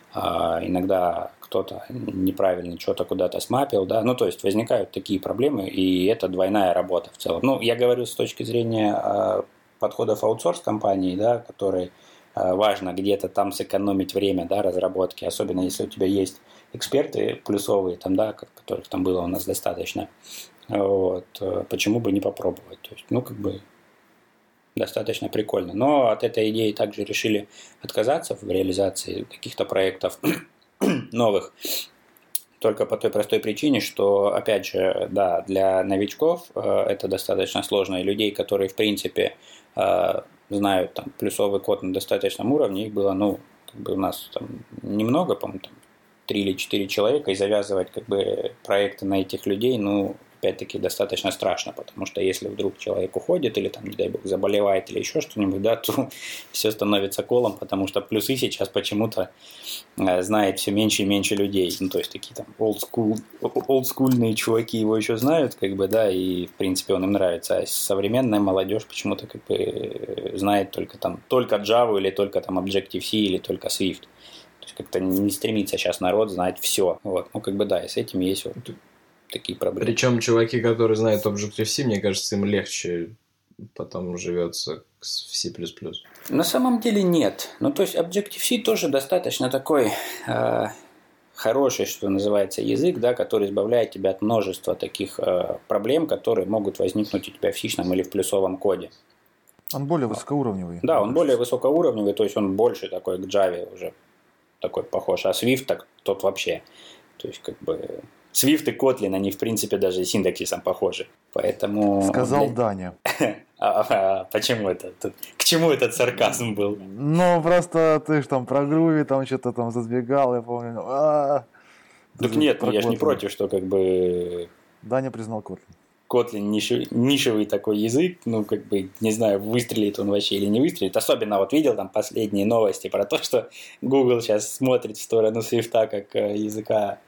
иногда кто-то неправильно что-то куда-то смапил, да, ну, то есть, возникают такие проблемы, и это двойная работа в целом. Ну, я говорю с точки зрения подходов аутсорс-компаний, да, которые важно где-то там сэкономить время, да, разработки, особенно если у тебя есть эксперты плюсовые, там, да, которых там было у нас достаточно, вот, почему бы не попробовать, то есть, ну, как бы, достаточно прикольно. Но от этой идеи также решили отказаться в реализации каких-то проектов новых, только по той простой причине, что, опять же, да, для новичков это достаточно сложно, и людей, которые, в принципе, знают там плюсовый код на достаточном уровне, их было, ну, как бы у нас там немного, по-моему, там 3 или 4 человека, и завязывать как бы проекты на этих людей, ну, опять-таки, достаточно страшно, потому что если вдруг человек уходит или, там, не дай бог, заболевает или еще что-нибудь, да, то все становится колом, потому что плюсы сейчас почему-то знает все меньше и меньше людей. Ну, то есть такие там олдскульные чуваки его еще знают, как бы, да, и, в принципе, он им нравится. А современная молодежь почему-то как бы знает только Java или только там Objective-C или только Swift. То есть как-то не стремится сейчас народ знать все. Вот. Ну, как бы, да, и с этим есть вот такие проблемы. Причем чуваки, которые знают Objective-C, мне кажется, им легче потом живется в C++. На самом деле нет. Ну, то есть Objective-C тоже достаточно такой хороший, что называется, язык, да, который избавляет тебя от множества таких проблем, которые могут возникнуть у тебя в C-шном или в плюсовом коде. Он более высокоуровневый. Да, он более высокоуровневый, то есть он больше такой к Java уже такой похож, а Swift так тот вообще. То есть как бы Swift и Kotlin, они в принципе даже синтаксисом похожи. Поэтому... Сказал Даня. Почему это? К чему этот сарказм был? Ну, просто ты ж там про Groovy там что-то там задвигал, я помню. Так нет, я же не против, что как бы... Даня признал Kotlin. Kotlin нишевый такой язык, ну, как бы, не знаю, выстрелит он вообще или не выстрелит. Особенно вот видел там последние новости про то, что Google сейчас смотрит в сторону Swift как языка.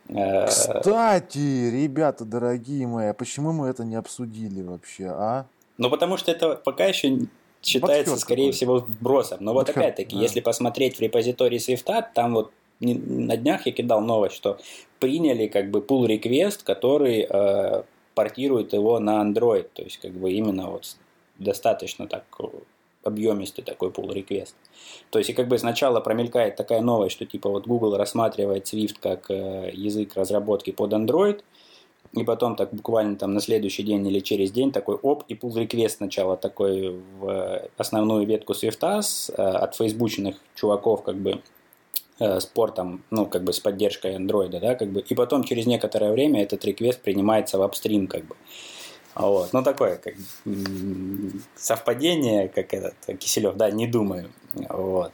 Кстати, ребята дорогие мои, а почему мы это не обсудили вообще, а? Ну, потому что это пока еще считается, скорее всего, вбросом. Но вот опять-таки, если посмотреть в репозитории Swift, там вот на днях я кидал новость, что приняли как бы pull request, который портирует его на Android. То есть, как бы именно вот достаточно так объемистый такой pull request. То есть, и как бы сначала промелькает такая новость, что типа вот Google рассматривает Swift как язык разработки под Android, и потом так буквально там на следующий день или через день такой и pull request сначала такой в основную ветку Swift от фейсбучных чуваков как бы с портом, ну как бы с поддержкой Android, да, как бы, и потом через некоторое время этот реквест принимается в апстрим как бы. Вот. Ну, такое, как совпадение, как этот Киселев, да, не думаю. Вот.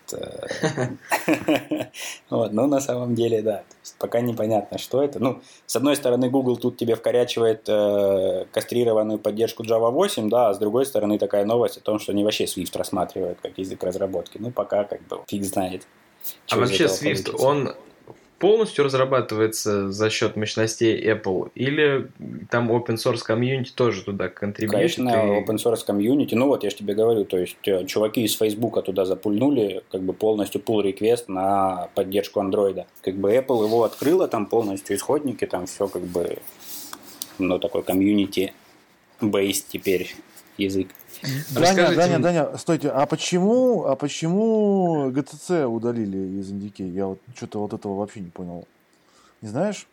Но на самом деле, да. Пока непонятно, что это. Ну, с одной стороны, Google тут тебе вкорячивает кастрированную поддержку Java 8, да, а с другой стороны, такая новость о том, что они вообще Swift рассматривают как язык разработки. Ну, пока как бы фиг знает. А вообще Swift, он полностью разрабатывается за счет мощностей Apple, или там open source комьюнити тоже туда контрибьютит? Конечно, open source комьюнити. Ну вот я же тебе говорю, то есть чуваки из Facebook туда запульнули как бы полностью pull request на поддержку Android. Как бы Apple его открыла, там полностью исходники, там все как бы, ну такой комьюнити-based теперь язык. Даня, стойте, а почему GTC удалили из NDK? Я вот что-то вот этого вообще не понял. Не знаешь?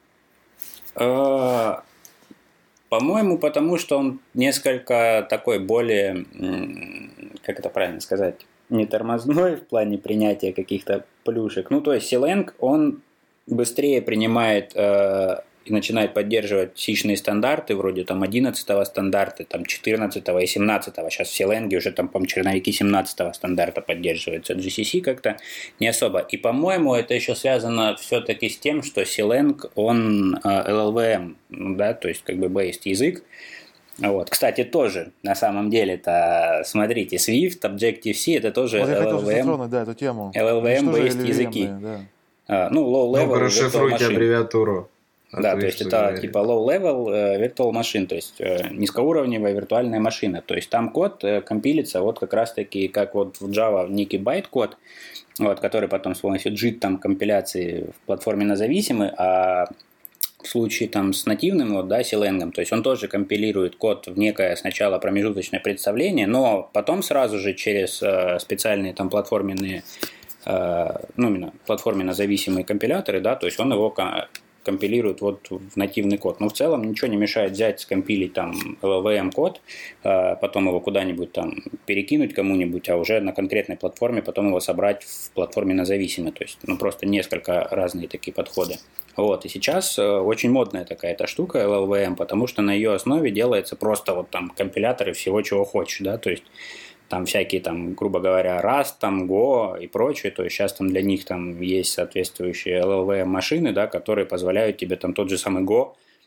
По-моему, потому что он несколько такой более, как это правильно сказать, не тормозной в плане принятия каких-то плюшек. Ну, то есть Slang, он быстрее принимает и начинает поддерживать сичные стандарты, вроде там 11-го стандарта, там 14-го и 17-го. Сейчас все ленги уже там, по-моему, черновики 17-го стандарта поддерживаются. GCC как-то не особо. И, по-моему, это еще связано все-таки с тем, что C-Lang, он LLVM, да, то есть как бы based язык. Вот. Кстати, тоже, на самом деле-то, смотрите, Swift, Objective-C, это тоже вот LLVM, да, эту тему. LLVM-based языки. Да. Ну, low-level. Ну, расшифруйте аббревиатуру. Да, то есть это типа low-level virtual machine, то есть низкоуровневая виртуальная машина. То есть там код компилится вот как раз-таки, как вот в Java некий байт-код, вот, который потом с помощью JIT там компиляции в платформе назависимый, а в случае там с нативным вот, да, C-Lang, то есть он тоже компилирует код в некое сначала промежуточное представление, но потом сразу же через специальные там платформенные, ну именно платформенно-зависимые компиляторы, да, то есть он его компилирует вот в нативный код. Но в целом ничего не мешает взять, скомпилить там LLVM код, потом его куда-нибудь там перекинуть кому-нибудь, а уже на конкретной платформе потом его собрать в платформе независимо. То есть, ну, просто несколько разные такие подходы. Вот, и сейчас очень модная такая эта штука LLVM, потому что на ее основе делается просто вот там компиляторы всего, чего хочешь, да, то есть там всякие, там, грубо говоря, Rust, там, Go и прочее, то есть сейчас там для них там есть соответствующие LLVM машины, да, которые позволяют тебе там тот же самый Go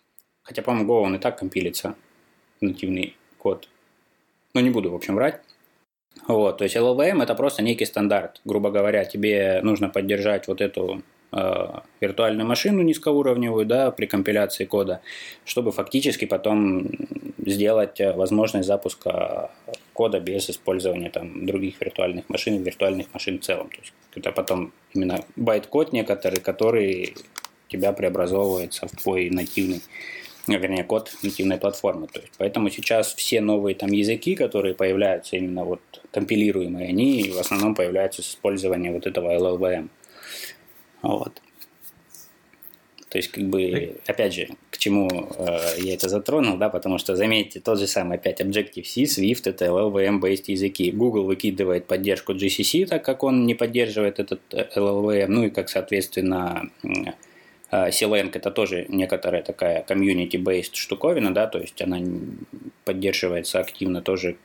хотя, по-моему, Go он и так компилится, нативный код. Ну, не буду, в общем, врать. Вот, то есть LLVM это просто некий стандарт. Грубо говоря, тебе нужно поддержать вот эту виртуальную машину низкоуровневую, да, при компиляции кода, чтобы фактически потом сделать возможность запуска кода без использования там других виртуальных машин в целом. То есть это потом именно байт-код некоторый, который у тебя преобразовывается в твой нативный, вернее, код нативной платформы. То есть, поэтому сейчас все новые там языки, которые появляются именно вот компилируемые, они в основном появляются с использованием вот этого LLVM. Вот. То есть, как бы, опять же, к чему я это затронул, да, потому что, заметьте, тот же самый опять Objective-C, Swift, это LLVM-based языки. Google выкидывает поддержку GCC, так как он не поддерживает этот LLVM, ну и как, соответственно, CLang это тоже некоторая такая community-based штуковина, да, то есть она поддерживается активно тоже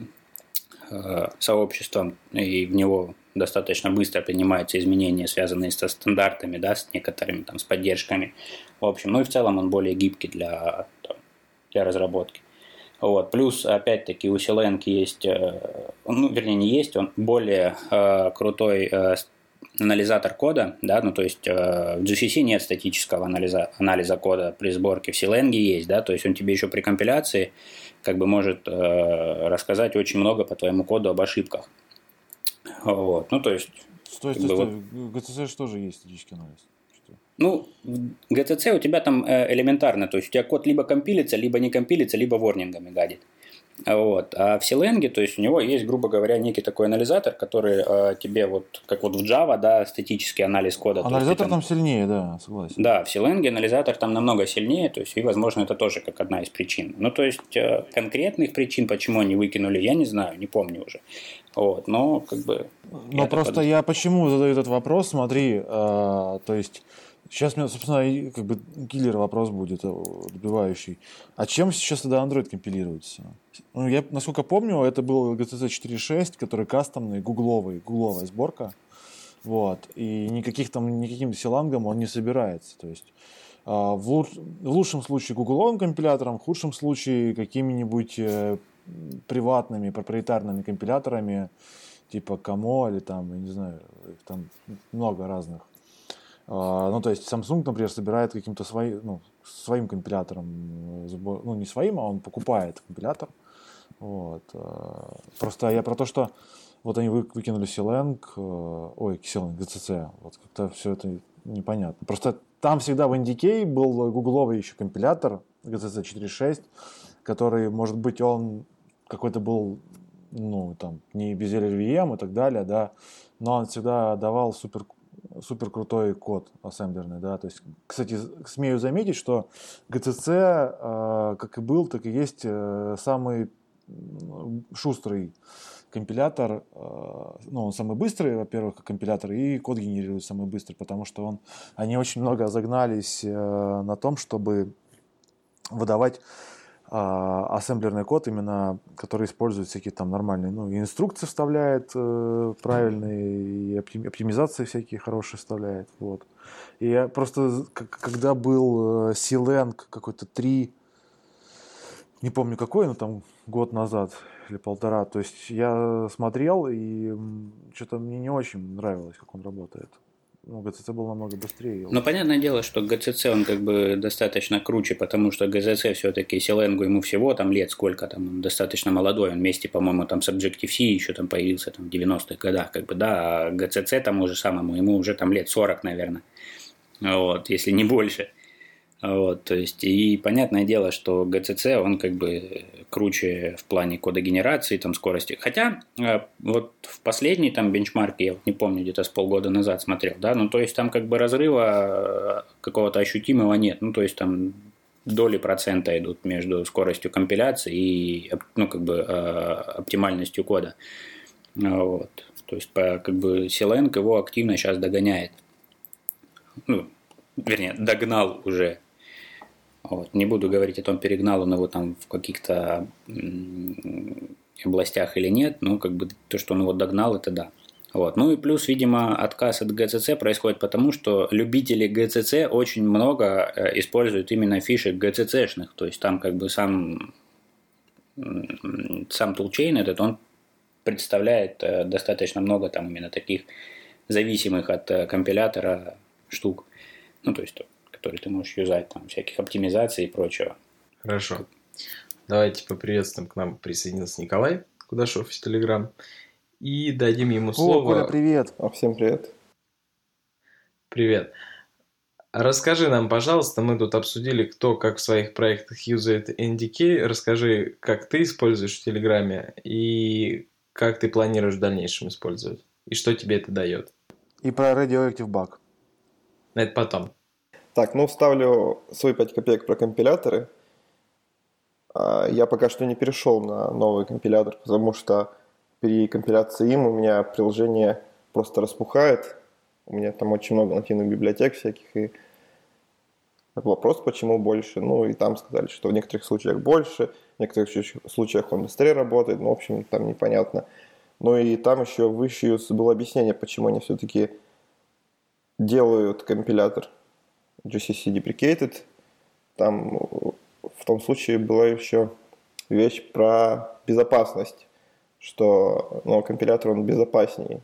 сообществом, и в него достаточно быстро принимаются изменения, связанные со стандартами, да, с некоторыми там, с поддержками. В общем, ну и в целом он более гибкий для разработки. Вот. Плюс, опять-таки, у CLang есть, ну, вернее, не есть, он более крутой анализатор кода, да, ну, то есть в GCC нет статического анализа кода при сборке, в CLang есть, да, то есть он тебе еще при компиляции как бы может рассказать очень много по твоему коду об ошибках. Вот, ну, то есть... То есть вот... в GCC тоже есть статический анализ? Ну, в GCC у тебя там элементарно, то есть у тебя код либо компилится, либо не компилится, либо ворнингами гадит. Вот. А в CLang, то есть у него есть, грубо говоря, некий такой анализатор, который тебе вот, как вот в Java, да, статический анализ кода. Анализатор там сильнее, да, согласен. Да, в CLang анализатор там намного сильнее, то есть, и, возможно, это тоже как одна из причин. Ну, то есть, конкретных причин, почему они выкинули, я не знаю, не помню уже. Вот, но, как бы... Но просто я почему задаю этот вопрос, смотри, то есть... Сейчас у меня, собственно, как бы киллер вопрос будет добивающий. А чем сейчас тогда Android компилируется? Ну, я, насколько помню, это был GCC 4.6, который кастомный, гугловая сборка. Вот. И никаким силангом он не собирается. То есть в лучшем случае гугловым компилятором, в худшем случае какими-нибудь приватными, проприетарными компиляторами, типа Como или там, я не знаю, там много разных. Ну, то есть Samsung, например, собирает каким-то своим компилятором, ну, не своим, а он покупает компилятор. Вот. Просто я про то, что вот они выкинули CLang, GCC, вот как-то все это непонятно. Просто там всегда в NDK был гугловый еще компилятор GCC 4.6, который, может быть, он какой-то был, ну, там, не без LLVM и так далее, да, но он всегда давал супер крутой код ассемблерный, да, то есть, кстати, смею заметить, что GCC, как и был, так и есть самый шустрый компилятор, ну, он самый быстрый, во-первых, как компилятор, и код генерирует самый быстрый, потому что они очень много загнались на том, чтобы выдавать ассемблерный код, именно который использует всякие там нормальные, ну, и инструкции вставляет правильные, и оптимизации всякие хорошие вставляет, вот. И я просто, когда был CLang какой-то 3, не помню какой, но там год назад или полтора, то есть я смотрел, и что-то мне не очень нравилось, как он работает. Ну, GCC был намного быстрее. Но понятное дело, что GCC он как бы достаточно круче, потому что GCC все-таки CLang ему всего там лет сколько там, он достаточно молодой, он вместе, по-моему, там с Objective-C еще там появился там в 90-х годах, как бы, да, а GCC тому же самому, ему уже там лет 40, наверное, вот, если не больше. Вот, то есть, и понятное дело, что GCC, он как бы круче в плане кодогенерации, там, скорости. Хотя, вот в последний там бенчмарк, я не помню, где-то с полгода назад смотрел, да, ну, то есть, там как бы разрыва какого-то ощутимого нет, ну, то есть, там доли процента идут между скоростью компиляции и, ну, как бы оптимальностью кода. Вот, то есть, как бы CLang его активно сейчас догоняет. Ну, вернее, догнал уже. Вот. Не буду говорить о том, перегнал он его там в каких-то областях или нет, но как бы то, что он его догнал, это да. Вот. Ну и плюс, видимо, отказ от GCC происходит потому, что любители GCC очень много используют именно фишек GCC-шных. То есть там как бы сам тулчейн этот, он представляет достаточно много там именно таких зависимых от компилятора штук. Ну, то есть, которые ты можешь юзать, там, всяких оптимизаций и прочего. Хорошо. Давайте поприветствуем, к нам присоединился Николай Кудашов из Telegram. И дадим ему слово. О, Коля, привет. Всем привет. Привет. Расскажи нам, пожалуйста, мы тут обсудили, кто как в своих проектах юзает NDK. Расскажи, как ты используешь в Телеграме и как ты планируешь в дальнейшем использовать. И что тебе это дает. И про Radioactive Bug. Это потом. Так, ну вставлю свои 5 копеек про компиляторы. Я пока что не перешел на новый компилятор, потому что при компиляции им у меня приложение просто распухает. У меня там очень много нативных библиотек всяких, и вопрос, почему больше. Ну, и там сказали, что в некоторых случаях больше, в некоторых случаях он быстрее работает, ну, в общем, там непонятно. Ну, и там еще в issues было объяснение, почему они все-таки делают компилятор GCC deprecated. Там в том случае была еще вещь про безопасность, что компилятор он безопаснее.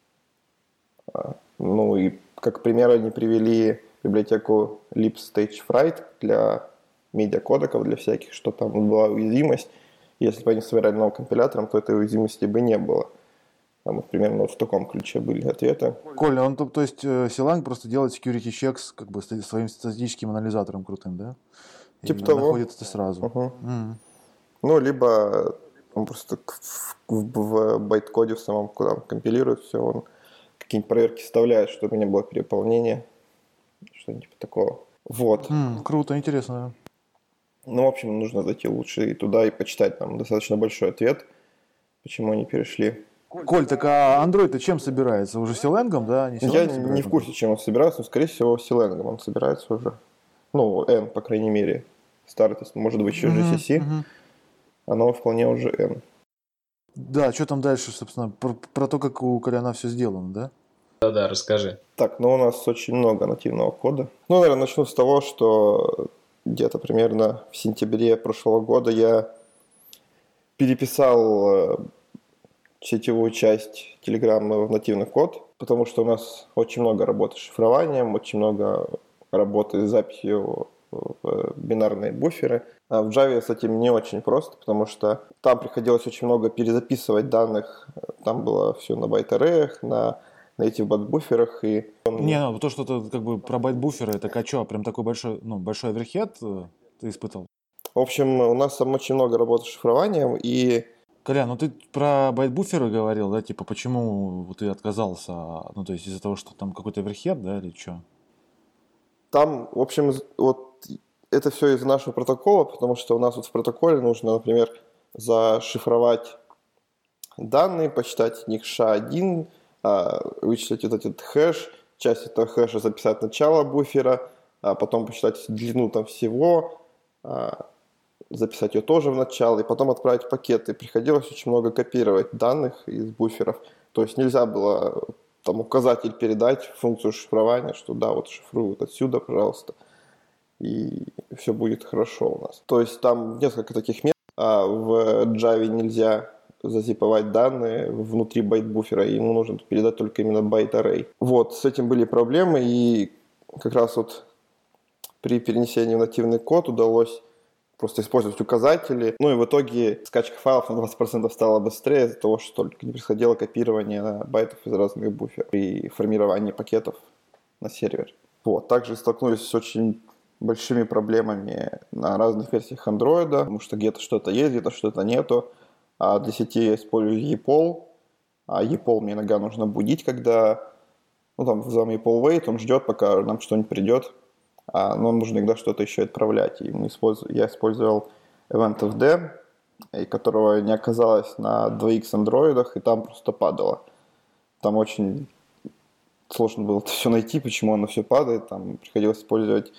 Ну и как пример они привели библиотеку libstagefright для медиакодеков, для всяких, что там была уязвимость. Если бы они собирали новым компилятором, то этой уязвимости бы не было. Там вот примерно вот в таком ключе были ответы. Коля, он то есть Силанг просто делает security checks как бы своим статическим анализатором крутым, да? Типа и того. находит это сразу. Ну, либо он просто в байткоде в самом, куда он компилирует все, он какие-нибудь проверки вставляет, чтобы не было переполнения, что-нибудь типа такого. Вот. Круто, интересно. Ну, в общем, нужно зайти лучше и туда и почитать. Там достаточно большой ответ, почему они перешли. Коль, так а Android-то чем собирается? Уже Силангом, да? Я не в курсе, чем он собирается, но, скорее всего, Силангом он собирается уже. Ну, N, по крайней мере. Старый, то есть, может быть, еще GCC. Оно вполне уже N. Да, что там дальше, собственно, про то, как у Коляна все сделано, да? Да, расскажи. Так, ну у нас очень много нативного кода. Ну, наверное, начну с того, что где-то примерно в сентябре прошлого года я переписал сетевую часть Telegram в нативный код, потому что у нас очень много работы с шифрованием, очень много работы с записью в бинарные буферы. А в Java с этим не очень просто, потому что там приходилось очень много перезаписывать данных. Там было все на байт-арреях, на native бат-буферах. И... Не, ну то, что ты как бы про байт-буферы, это качо, прям такой большой оверхед ты испытал? В общем, у нас там очень много работы с шифрованием, и... Коля, ну ты про байт-буферы говорил, да, типа почему ты отказался, ну то есть из-за того, что там какой-то оверхед, да, или что? Там, в общем, вот это все из нашего протокола, потому что у нас вот в протоколе нужно, например, зашифровать данные, посчитать из них SHA-1, вычислить этот хэш, часть этого хэша записать начало буфера, а потом посчитать длину там всего, записать ее тоже в начало, и потом отправить пакеты. Приходилось очень много копировать данных из буферов. То есть нельзя было там указатель передать функцию шифрования, что да, вот шифруй вот отсюда, пожалуйста, и все будет хорошо у нас. То есть там несколько таких мест. В Java нельзя зазиповать данные внутри байт-буфера, и ему нужно передать только именно байт-аррей. Вот, с этим были проблемы, и как раз вот при перенесении в нативный код удалось просто использовать указатели. Ну и в итоге скачка файлов на 20% стала быстрее из-за того, что только не происходило копирование байтов из разных буферов при формировании пакетов на сервер. Вот. Также столкнулись с очень большими проблемами на разных версиях Android, потому что где-то что-то есть, где-то что-то нету. А для сети я использую EPOL, а EPOL мне иногда нужно будить, когда там вызываем EPOL wait, он ждет, пока нам что-нибудь придет, но нам нужно иногда что-то еще отправлять. И я использовал EventFD, которого не оказалось на 2x андроидах, и там просто падало. Там очень сложно было это все найти, почему оно все падает. Там приходилось использовать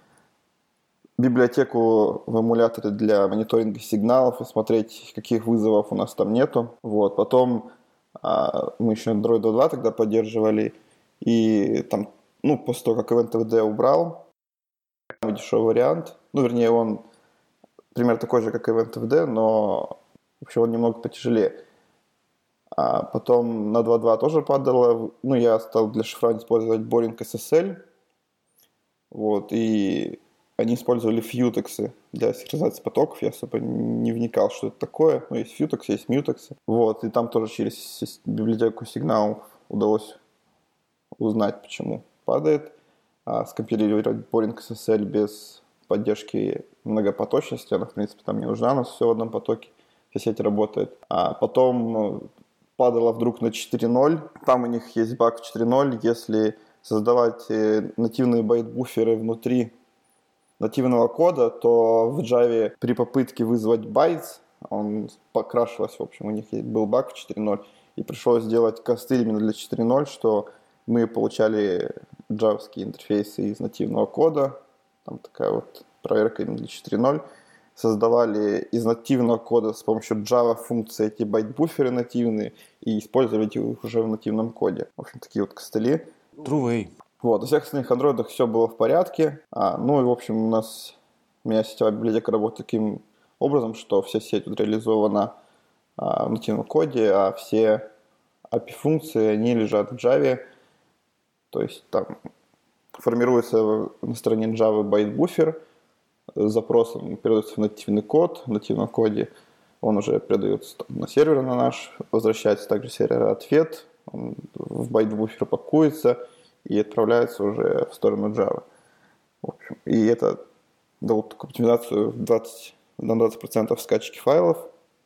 библиотеку в эмуляторе для мониторинга сигналов и смотреть, каких вызовов у нас там нету. Вот. Потом Мы еще Android 2 тогда поддерживали. И там, после того, как EventFD убрал, дешевый вариант. Вернее, он примерно такой же, как EventFD, но вообще он немного потяжелее. А потом на 2.2 тоже падало. Я стал для шифрования использовать Boring SSL. И они использовали фьютексы для синхронизации потоков. Я особо не вникал, что это такое. Есть Futex, есть Mutex. И там тоже через библиотеку сигналов удалось узнать, почему падает. Скомпилировать Boring SSL без поддержки многопоточности. Она, в принципе, там не нужна. У нас все в одном потоке. Вся сеть работает. А потом падала вдруг на 4.0. Там у них есть баг в 4.0. Если создавать нативные байт-буферы внутри нативного кода, то в Java при попытке вызвать bytes, он покрашивался, в общем, у них был баг в 4.0, и пришлось сделать костыль именно для 4.0, что мы получали джавские интерфейсы из нативного кода, там такая вот проверка именно для 4.0, создавали из нативного кода с помощью Java функции эти байт-буферы нативные и использовали их уже в нативном коде. В общем, такие вот костыли. True. На всех остальных андроидах все было в порядке. В общем, у меня сетевая библиотека работает таким образом, что вся сеть реализована в нативном коде, а все API-функции, они лежат в Java. То есть там формируется на стороне Java байт-буфер, запросом передается в нативный код, в нативном коде он уже передается на сервер на наш, возвращается также сервер ответ, он в байт-буфер пакуется и отправляется уже в сторону Java. В общем, и это дало такую оптимизацию на 20% скачки файлов.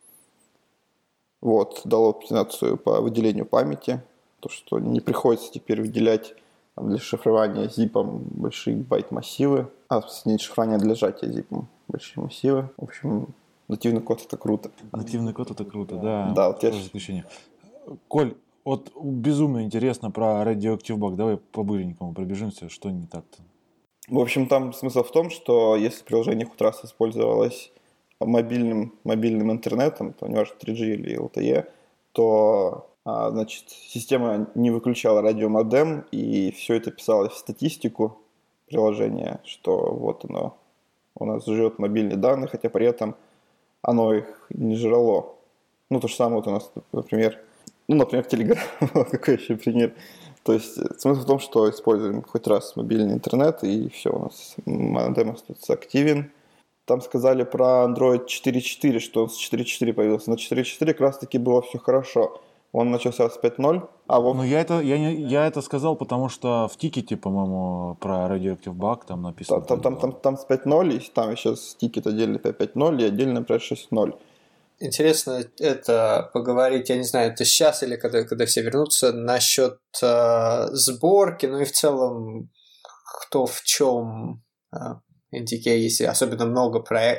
Дало оптимизацию по выделению памяти, то, что не приходится теперь выделять для шифрования зипом большие байт-массивы, не шифрование для сжатия зипом большие массивы. В общем, нативный код это круто. Нативный код это круто, да. Да, заключение. Коль, безумно интересно про Radioactive Bug. Давай по-быренькому пробежимся, что не так-то. В общем, там смысл в том, что если приложение хоть раз использовалось мобильным интернетом, то неважно 3G или LTE, то система не выключала радиомодем, и все это писалось в статистику приложения, что оно у нас жрет мобильные данные, хотя при этом оно их не жрало. То же самое у нас, например, Telegram, какой еще пример. То есть смысл в том, что используем хоть раз мобильный интернет, и все, у нас модем остается активен. Там сказали про Android 4.4, что он с 4.4 появился. На 4.4 как раз таки было все хорошо. Он начался с 5.0. Я это сказал, потому что в тикете, по-моему, про Radioactive Bug там написано. Там с 5.0, и там еще тикет отдельно про 5.0 и отдельно про 6.0. Интересно это поговорить, я не знаю, это сейчас или когда все вернутся, насчет сборки, и в целом кто в чем NDK, если особенно много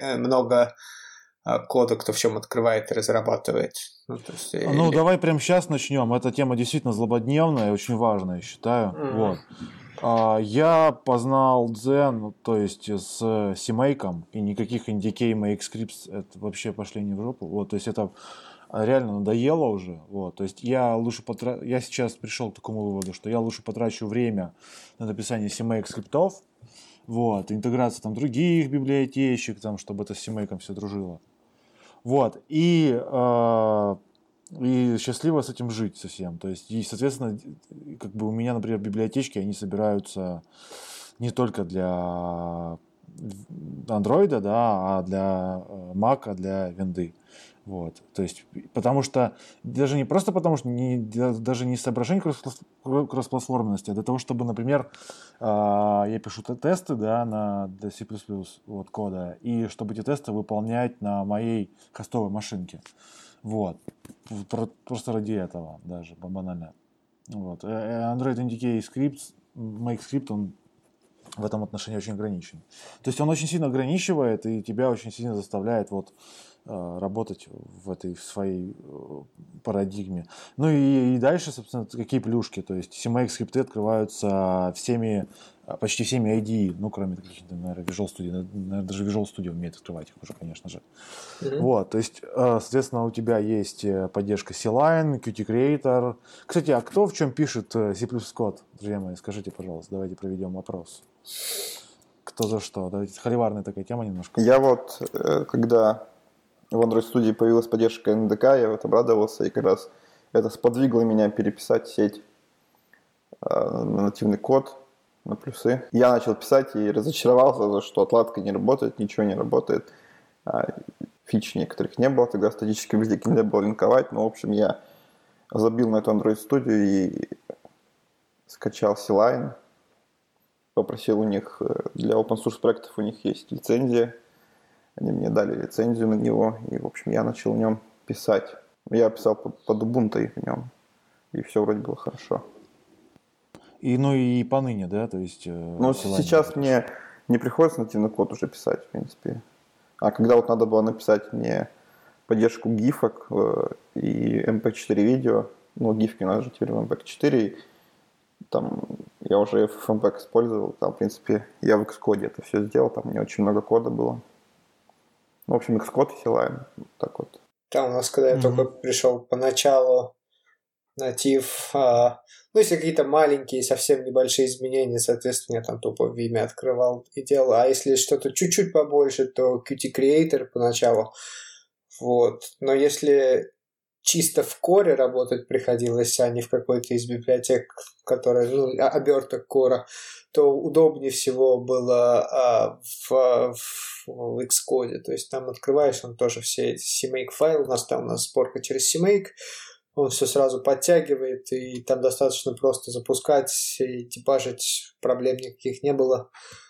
кода, кто в чем открывает и разрабатывает. Давай прямо сейчас начнем. Эта тема действительно злободневная и очень важная, я считаю. Я познал Zen, то есть с CMake, и никаких NDK, Make Scripts, это вообще пошли не в жопу. То есть это реально надоело уже. То есть я сейчас пришел к такому выводу, что я лучше потрачу время на написание CMake скриптов, интеграция там других библиотечек, там, чтобы это с CMake все дружило. И счастливо с этим жить совсем. То есть, и, соответственно, у меня, например, библиотечки, они собираются не только для Android, а для Mac, для винды. То есть, потому что, даже не просто потому, что даже не соображение кроссплатформенности, а для того, чтобы, например, я пишу тесты, для C++ кода, и чтобы эти тесты выполнять на моей хостовой машинке. Просто ради этого даже, банально. Android NDK Scripts, Make Script, он в этом отношении очень ограничен. То есть он очень сильно ограничивает и тебя очень сильно заставляет работать в этой своей парадигме. И дальше, собственно, какие плюшки. То есть CMake скрипты открываются всеми почти всеми IDE, ну, кроме каких-то, наверное, Visual Studio. Наверное, даже Visual Studio умеет открывать их уже, конечно же. Вот, то есть, соответственно, у тебя есть поддержка C-Line, Qt Creator. Кстати, а кто в чем пишет C++ код? Друзья мои, скажите, пожалуйста, давайте проведем опрос. Кто за что? Давайте, холиварная такая тема немножко. Я вот, когда в Android Studio появилась поддержка NDK, я вот обрадовался, и как раз это сподвигло меня переписать сеть на нативный код, на плюсы. Я начал писать и разочаровался, что отладка не работает, ничего не работает. Фич некоторых не было, тогда статически везде нельзя было линковать. Но, в общем, я забил на эту Android Studio и скачал C-Line. Попросил у них, для open source проектов у них есть лицензия. Они мне дали лицензию на него, и, в общем, я начал в нем писать. Я писал под Ubuntu в нем, и все вроде было хорошо. И, ну и поныне, да, то есть... Ну, сейчас мне не приходится нативный код уже писать, в принципе. А когда вот надо было написать мне поддержку гифок и MP4 видео, ну, гифки у нас же теперь в MP4, там я уже FFmpeg использовал, там, в принципе, я в Xcode это все сделал, там мне очень много кода было. Ну, в общем, Xcode и C-Line, так вот. Там у нас, когда я только пришел поначалу, натив, ну, если какие-то маленькие, совсем небольшие изменения, соответственно, я там тупо Vime открывал и делал. А если что-то чуть-чуть побольше, то Qt Creator поначалу. Вот. Но если чисто в коре работать приходилось, а не в какой-то из библиотек, которая, ну, оберток кора, то удобнее всего было в Xcode. То есть там открываешь, он тоже все эти CMake файлы, у нас сборка через CMake, он все сразу подтягивает, и там достаточно просто запускать и дебажить, проблем никаких не было.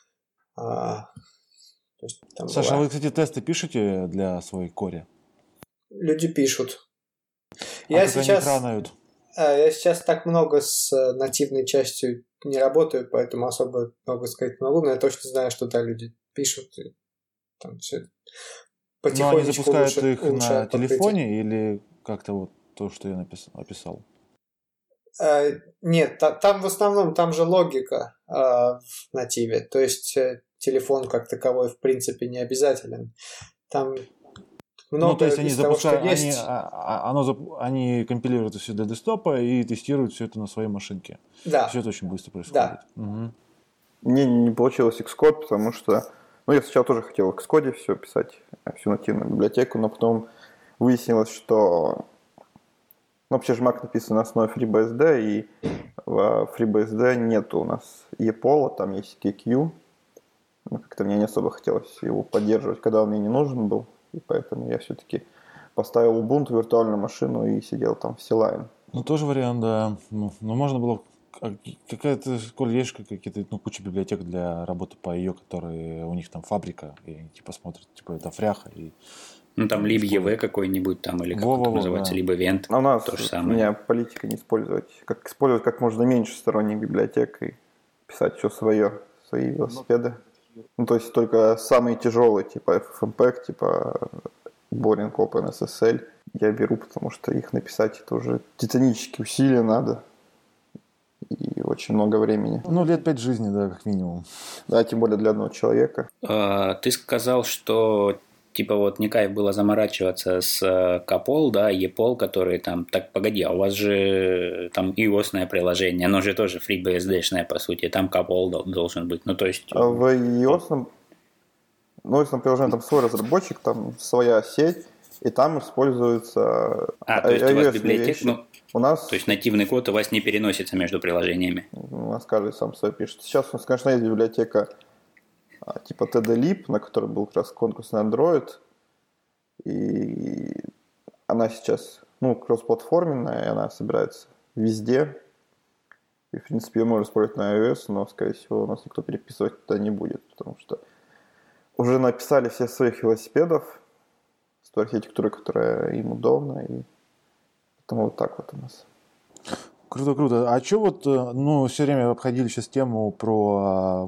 То есть, Саша, вы, кстати, тесты пишете для своей коре? Люди пишут. Я сейчас так много с нативной частью не работаю, поэтому особо много сказать не могу, но я точно знаю, что да, люди пишут, и там все потихонечку. Но они запускают их на телефоне или как-то вот то, что я описал? Нет, там в основном, там же логика в нативе, то есть телефон как таковой в принципе не обязателен. Там много, ну, то есть они запускают, есть... они компилируют все до десктопа и тестируют все это на своей машинке. Да. Все это очень быстро происходит. Да. Угу. Мне не получилось Xcode, потому что... Ну, я сначала тоже хотел в Xcode все писать, всю нативную библиотеку, но потом выяснилось, что... Ну, вообще же Mac написан на основе FreeBSD, и в FreeBSD нету у нас EPOL, там есть KQ. Но как-то мне не особо хотелось его поддерживать, когда он мне не нужен был. И поэтому я все-таки поставил Ubuntu, виртуальную машину и сидел там в C-Line. Ну, тоже вариант, да. Ну, можно было... Какая-то, коль есть какие-то, ну, куча библиотек для работы по ее, которые у них там фабрика, и они типа смотрят, типа это фряха. И... Ну, там либо EV какой-нибудь там, или как он называется, да. Либо Vent. А у нас то же самое. У меня политика не использовать как можно меньше сторонних библиотек и писать все свое, свои велосипеды. Ну, то есть только самые тяжелые, типа FFmpeg, типа Boring OpenSSL я беру, потому что их написать это уже титанические усилия надо. И очень много времени. Ну, лет 5 жизни, да, как минимум. Да, тем более для одного человека. Ты сказал, что типа вот не кайф было заморачиваться с Капол, да, EPOL, который там, так погоди, а у вас же там iOS-ное приложение, оно же тоже FreeBSD-шное по сути, там Капол должен быть, ну то есть... А в iOS-ном приложении там свой разработчик, там своя сеть, и там используется то есть у вас библиотека, вещи. Ну, у нас... То есть нативный код у вас не переносится между приложениями? У нас каждый сам свой пишет. Сейчас у нас, конечно, есть библиотека типа TDLib, на которой был как раз конкурс на Android, и она сейчас, кроссплатформенная, и она собирается везде, и, в принципе, ее можно использовать на iOS, но, скорее всего, у нас никто переписывать туда не будет, потому что уже написали все своих велосипедов с той архитектурой, которая им удобна, и поэтому вот так вот у нас. Круто, круто. А что вот, все время обходили сейчас тему про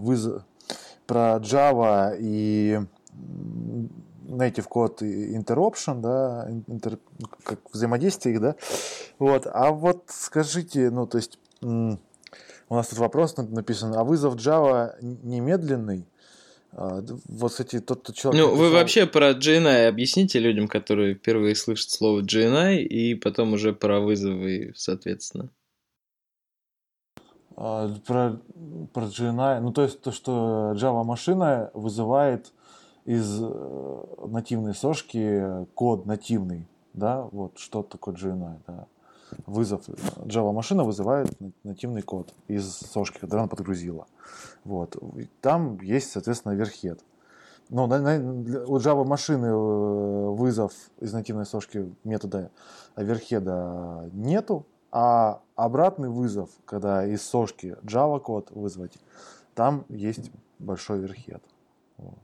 Java и native code interoption, да, как взаимодействие их, да. Вот. А вот скажите, то есть У нас тут вопрос написан, а вызов Java немедленный? Вот, кстати, тот человек... Ну, написал... вы вообще про GNI объясните людям, которые впервые слышат слово GNI, и потом уже про вызовы, соответственно. Про GNI, ну, то есть то, что Java-машина вызывает из нативной сошки код нативный, да, вот, что такое GNI, да. Вызов Java-машина вызывает нативный код из сошки, когда она подгрузила. Вот. Там есть, соответственно, оверхед. Но у Java-машины вызов из нативной сошки метода оверхеда нету, а обратный вызов, когда из сошки Java код вызвать, там есть большой оверхед. Вот.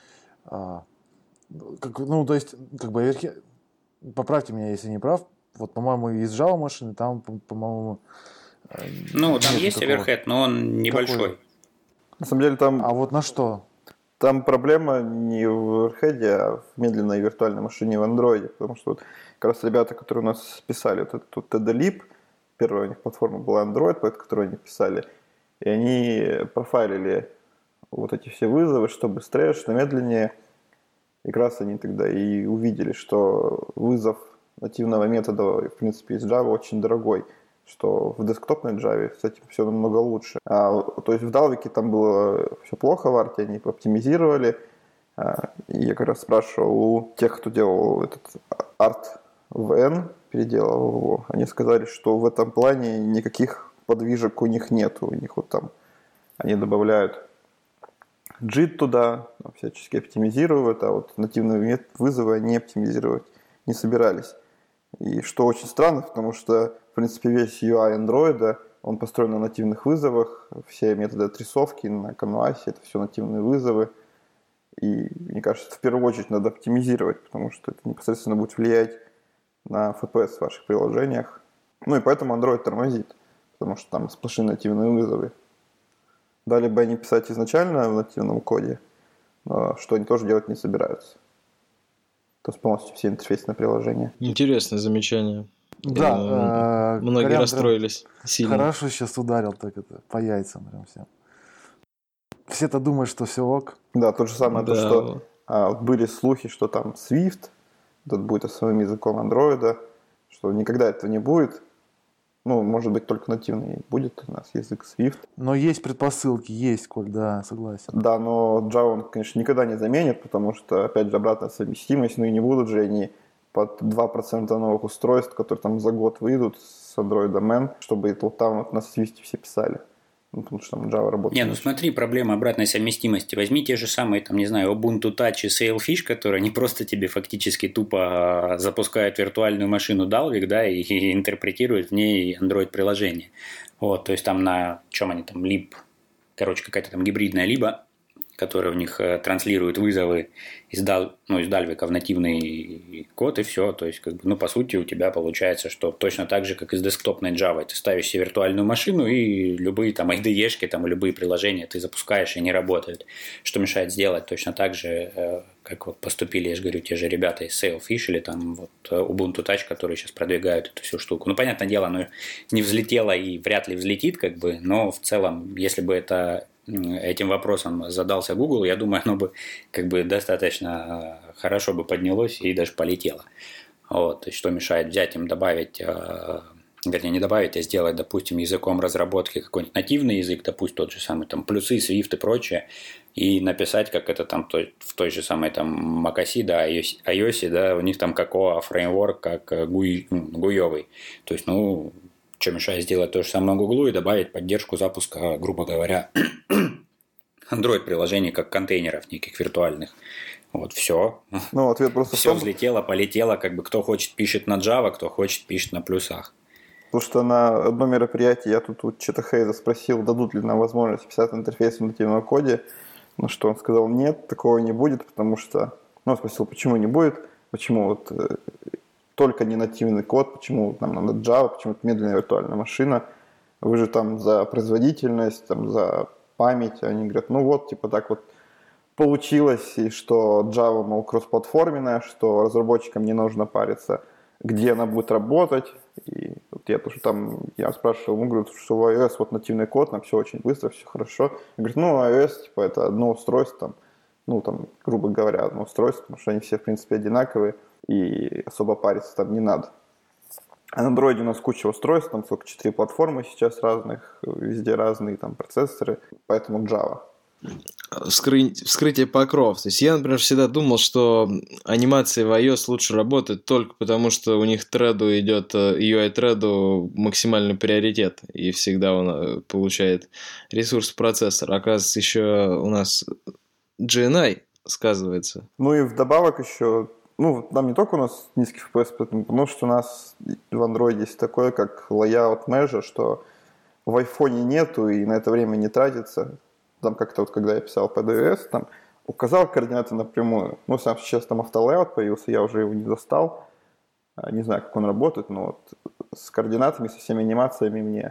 Ну, то есть, как бы оверхед... Поправьте меня, если не прав. Вот, по-моему, из Java машины там, по-моему... Ну, там есть оверхед, но он небольшой. Какой? На самом деле там... А вот на что? Там проблема не в оверхеде, а в медленной виртуальной машине в андроиде. Потому что вот как раз ребята, которые у нас писали вот этот вот TDLib, первая у них платформа была Android, под которую они писали, и они профайлили вот эти все вызовы, что быстрее, что медленнее. И как раз они тогда и увидели, что вызов нативного метода, в принципе, из Java очень дорогой, что в десктопной Java с этим все намного лучше. То есть в Dalvik там было все плохо в арте, они оптимизировали. И я как раз спрашивал у тех, кто делал этот арт в N, переделал его, они сказали, что в этом плане никаких подвижек у них нет. У них вот там они добавляют JIT туда, всячески оптимизируют, а вот нативные вызовы они оптимизировать не собирались. И что очень странно, потому что, в принципе, весь UI Android, он построен на нативных вызовах, все методы отрисовки на Canvas, это все нативные вызовы. И, мне кажется, в первую очередь надо оптимизировать, потому что это непосредственно будет влиять на FPS в ваших приложениях. Ну и поэтому Android тормозит, потому что там сплошные нативные вызовы. Дали бы они писать изначально в нативном коде, но что они тоже делать не собираются. То есть полностью все интерфейсы на приложение. Интересное замечание. Да. Многие расстроились сильно. Хорошо сейчас ударил так это по яйцам прям всем. Все-то думают, что все ок. Да, то же самое, да. То, что были слухи, что там Swift, тут будет основным языком Android, что никогда этого не будет. Ну, может быть, только нативный будет у нас язык Swift. Но есть предпосылки, есть, Коль, да, согласен. Да, но Java он, конечно, никогда не заменит, потому что, опять же, обратная совместимость, ну и не будут же они под 2% новых устройств, которые там за год выйдут с Android N, чтобы это вот там вот на Swift все писали. Ну, потому что там Java работает. Не, ну смотри, проблема обратной совместимости. Возьми те же самые, там, не знаю, Ubuntu Touch и Sailfish, которые не просто тебе фактически тупо запускают виртуальную машину Dalvik, да, и интерпретируют в ней Android-приложение. Вот, то есть там на чем они там, lib, короче, какая-то там гибридная либо, которая у них транслирует вызовы из Dalvik в нативный код, и все. То есть, как бы, ну, по сути, у тебя получается, что точно так же, как и с десктопной Java, ты ставишь себе виртуальную машину, и любые там IDE-шки, там, и любые приложения ты запускаешь, и они работают. Что мешает сделать точно так же, как вот поступили, я же говорю, те же ребята из Sailfish или там вот Ubuntu Touch, которые сейчас продвигают эту всю штуку. Ну, понятное дело, оно не взлетело и вряд ли взлетит, как бы, но в целом, если бы этим вопросом задался Google, я думаю, оно бы как бы достаточно хорошо бы поднялось и даже полетело. Вот. То есть, что мешает взять им, добавить, вернее, не добавить, а сделать, допустим, языком разработки какой-нибудь нативный язык, допустим, тот же самый там плюсы, Swift и прочее, и написать, как это там в той же самой там macOS, да, iOS, да, у них там какого фреймворк, как гуевый. То есть, ну, что мешает сделать то же самое Google и добавить поддержку запуска, грубо говоря, Android-приложений как контейнеров неких виртуальных. Вот, все. Ну, ответ просто все взлетело, полетело, как бы кто хочет пишет на Java, кто хочет пишет на плюсах. Потому что на одном мероприятии я тут что-то Хейза спросил, дадут ли нам возможность писать интерфейс в нативном коде, на что он сказал, нет, такого не будет, потому что... Ну, спросил, почему не будет, почему вот... только не нативный код, почему нам надо Java, почему это медленная виртуальная машина, вы же там за производительность, там за память, они говорят, ну вот, типа так вот получилось, и что Java, мол, кроссплатформенная, что разработчикам не нужно париться где она будет работать. И вот я спрашивал, ему говорят, что в iOS вот нативный код, там все очень быстро, все хорошо. Он говорит, iOS, типа, это одно устройство, грубо говоря, одно устройство, потому что они все, в принципе, одинаковые, и особо париться там не надо. А на Android у нас куча устройств, там сколько, 4 платформы сейчас разных, везде разные там процессоры, поэтому Java. Вскрытие покров. То есть я, например, всегда думал, что анимации в iOS лучше работают только потому, что у них треду идет, UI-треду максимальный приоритет, и всегда он получает ресурс процессора. Оказывается, еще у нас GNI сказывается. Ну и вдобавок еще, там не только у нас низкий FPS, потому что у нас в Android есть такое, как layout measure, что в iPhone нету и на это время не тратится. Там как-то вот, когда я писал под iOS, там указал координаты напрямую. Сейчас там автолейаут появился, я уже его не достал. Не знаю, как он работает, но вот с координатами, со всеми анимациями мне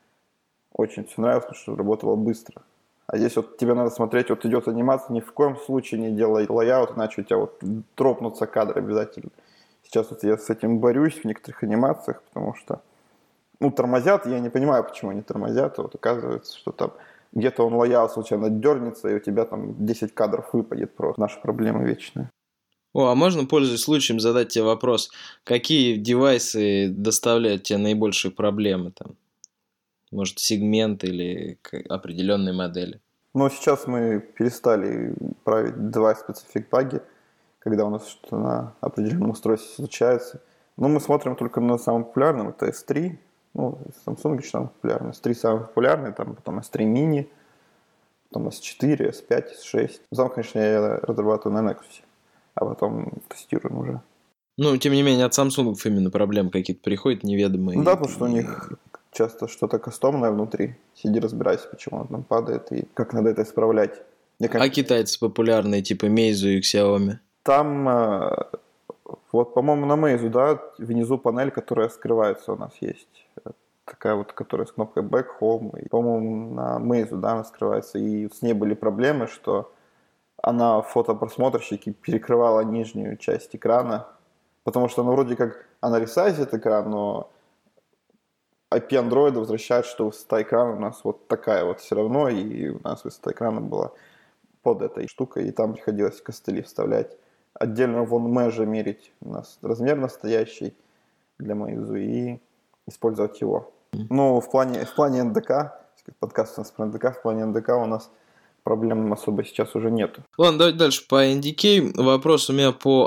очень все нравилось, потому что работало быстро. А здесь вот тебе надо смотреть, вот идет анимация, ни в коем случае не делай лейаут, иначе у тебя вот дропнутся кадры обязательно. Сейчас вот я с этим борюсь в некоторых анимациях, потому что, тормозят, я не понимаю, почему они тормозят, а вот оказывается, что там где-то он лоял случайно дернется, и у тебя там 10 кадров выпадет просто. Наша проблема вечная. А можно, пользуясь случаем, задать тебе вопрос? Какие девайсы доставляют тебе наибольшие проблемы там? Может, сегмент или определенные модели? Сейчас мы перестали править device-specific баги, когда у нас что-то на определенном устройстве случается. Мы смотрим только на самом популярном, это S3. Samsung самый популярный. S3 самый популярный, там потом S3 mini, потом S4, S5, S6. Сам, конечно, я разрабатываю на Nexus, а потом тестируем уже. Тем не менее, от Samsung именно проблемы какие-то приходят неведомые. Потому что у них часто что-то кастомное внутри. Сиди, разбирайся, почему оно там падает и как надо это исправлять. А китайцы популярные, типа Meizu и Xiaomi? Там, по-моему, на Meizu, да, внизу панель, которая скрывается у нас есть. Такая вот, которая с кнопкой Back Home. И, по-моему, на Meizu, да, она скрывается. И с ней были проблемы, что она в фотопросмотрщике перекрывала нижнюю часть экрана. Потому что вроде как она ресайзит экран, но IP Android возвращает, что высота экрана у нас вот такая вот все равно. И у нас высота экрана была под этой штукой. И там приходилось костыли вставлять. Отдельно вон межа мерить у нас размер настоящий для Meizu и использовать его. В плане НДК, подкаст у нас про НДК, в плане НДК у нас проблем особо сейчас уже нету. Ладно, давайте дальше по NDK. Вопрос у меня по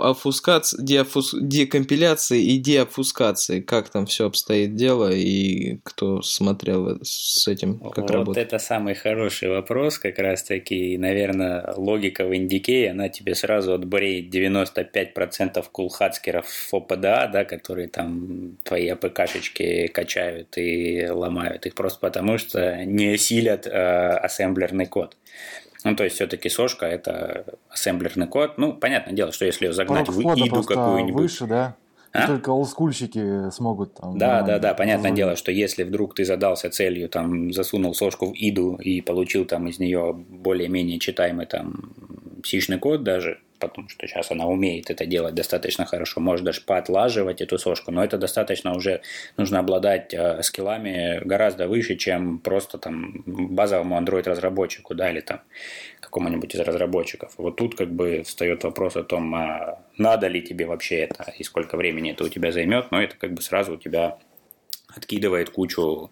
декомпиляции и деобфускации. Как там все обстоит дело и кто смотрел с этим, как работает? Вот это самый хороший вопрос как раз-таки. Наверное, логика в NDK, она тебе сразу отбреет 95% кулхацкеров OPDA, да, которые там твои APK-шечки качают и ломают их просто потому, что не осилят ассемблерный код. То есть, все-таки сошка – это ассемблерный код. Понятное дело, что если ее загнать в иду какую-нибудь… выше, да? И только олдскульщики смогут там… Да, понятное дело, что если вдруг ты задался целью, там, засунул сошку в иду и получил там из нее более-менее читаемый там сишный код даже, потому что сейчас она умеет это делать достаточно хорошо, можешь даже поотлаживать эту сошку, но это достаточно уже нужно обладать скиллами гораздо выше, чем просто там базовому Android-разработчику, да, или там какому-нибудь из разработчиков. Вот тут как бы встает вопрос о том, надо ли тебе вообще это и сколько времени это у тебя займет, но это как бы сразу у тебя откидывает кучу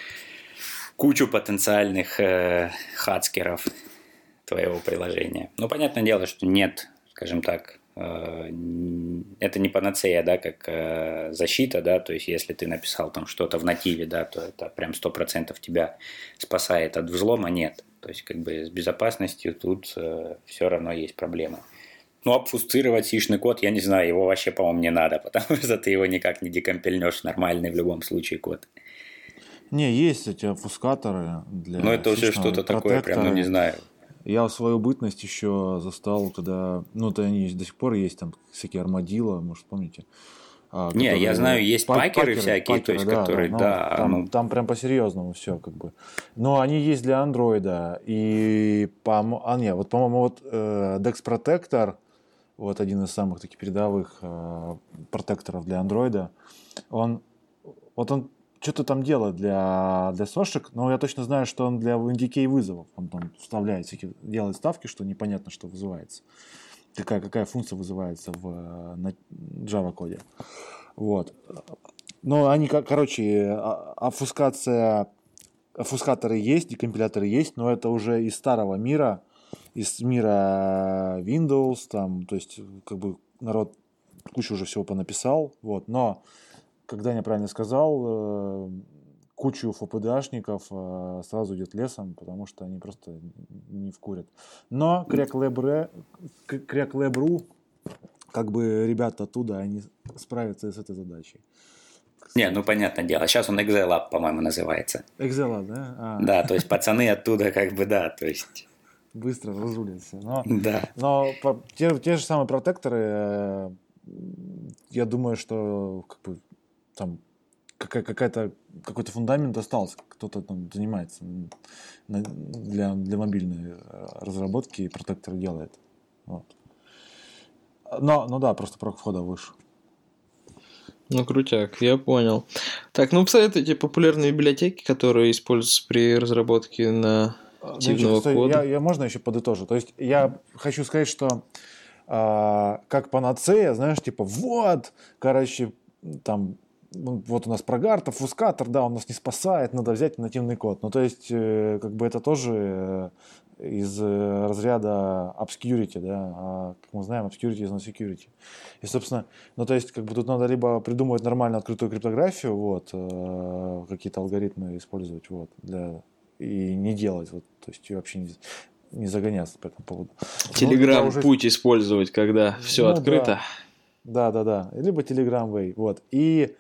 потенциальных хацкеров твоего приложения. Понятное дело, что нет, скажем так, это не панацея, да, как защита, да, то есть если ты написал там что-то в нативе, да, то это прям 100% тебя спасает от взлома, нет. То есть как бы с безопасностью тут все равно есть проблемы. Обфусцировать сишный код, я не знаю, его вообще, по-моему, не надо, потому что ты его никак не декомпильнешь нормальный в любом случае код. Не, есть эти обфускаторы для это уже что-то такое, прям, не знаю. Я в свою бытность еще застал, когда... то они до сих пор есть, там всякие армадило, может, помните? Я знаю, есть пакеры всякие, то есть, да, которые, Там прям по-серьезному все, как бы. Но они есть для андроида, и... по-моему, Dex Protector, вот один из самых таких передовых протекторов для андроида. Он что-то там делает для сошек, но я точно знаю, что он для NDK вызовов. Он там вставляет всякие, делает ставки, что непонятно, что вызывается. Какая функция вызывается на Java коде. Вот. Но они, короче, обфускаторы есть, декомпиляторы есть, но это уже из старого мира, из мира Windows, там, то есть, как бы народ кучу уже всего понаписал, вот, но, когда я правильно сказал, кучу FPDA-шников сразу идет лесом, потому что они просто не вкурят. Но CrackLab.ru, как бы ребята оттуда, они справятся с этой задачей. Не, ну понятное дело. Сейчас он ExeLab, по-моему, называется. ExeLab, да? Да, то есть пацаны оттуда как бы, да, то есть... Быстро разрулятся. Но те же самые протекторы, я думаю, что как бы там какой-то фундамент остался, кто-то там занимается для мобильной разработки и протекторы делает. Вот. Но да, просто порог входа выше. Ну, крутяк, я понял. Так, ну, посоветуйте популярные библиотеки, которые используются при разработке нативного кода. Я можно еще подытожу? То есть я хочу сказать, что как панацея, знаешь, типа вот, короче, там вот у нас прогар, обфускатор, да, он нас не спасает, надо взять нативный код. Ну, то есть, как бы это тоже из разряда obscurity, да, а, как мы знаем, obscurity is not security. И, собственно, ну, то есть, как бы тут надо либо придумывать нормально открытую криптографию, вот, какие-то алгоритмы использовать, вот, и не делать, вот, то есть, вообще не загоняться по этому поводу. Telegram-путь использовать, когда все открыто. Да. Либо Telegram Way, вот, и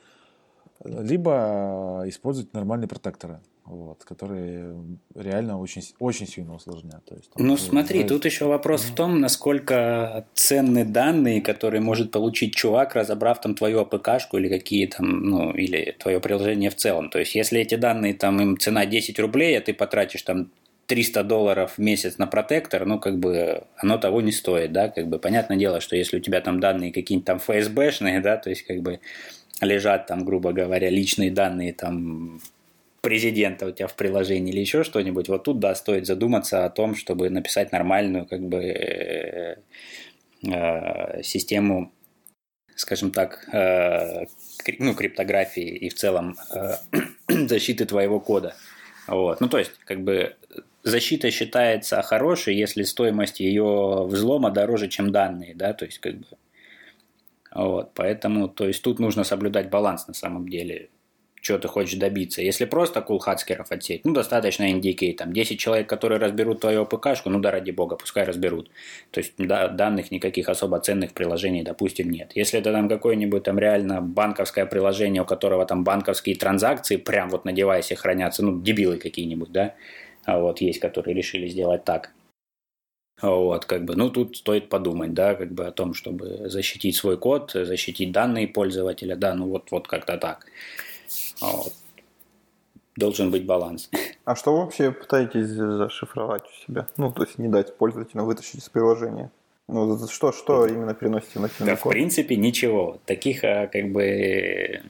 либо использовать нормальные протекторы, вот, которые реально очень, очень сильно усложняют. То есть, ну смотри, тут еще вопрос в том, насколько ценны данные, которые может получить чувак, разобрав там твою АПК-шку или какие там, ну, или твое приложение в целом. То есть, если эти данные, там, им цена 10 рублей, а ты потратишь там $300 в месяц на протектор, ну, как бы, оно того не стоит, да, как бы, понятное дело, что если у тебя там данные какие-нибудь там ФСБшные, да, то есть, как бы, лежат там, грубо говоря, личные данные там президента у тебя в приложении или еще что-нибудь, вот тут, да, стоит задуматься о том, чтобы написать нормальную, как бы, систему, скажем так, ну, криптографии и в целом защиты твоего кода. Вот. Ну, то есть, как бы, защита считается хорошей, если стоимость ее взлома дороже, чем данные, да, то есть, как бы, вот, поэтому, то есть, тут нужно соблюдать баланс на самом деле, чего ты хочешь добиться. Если просто кулхацкеров отсеять, ну, достаточно NDK, там, 10 человек, которые разберут твою АПК-шку, ну, да, ради бога, пускай разберут. То есть, да, данных никаких особо ценных приложений, допустим, нет. Если это там какое-нибудь там реально банковское приложение, у которого там банковские транзакции прям вот на девайсе хранятся, ну, дебилы какие-нибудь, да, вот, есть, которые решили сделать так. Вот, как бы, ну, тут стоит подумать, да, как бы о том, чтобы защитить свой код, защитить данные пользователя, да, ну, вот как-то так. Вот. Должен быть баланс. А что вы вообще пытаетесь зашифровать у себя? Ну, то есть не дать пользователю вытащить из приложения? Ну, что именно переносите в нативный код? В принципе, ничего. Таких, как бы,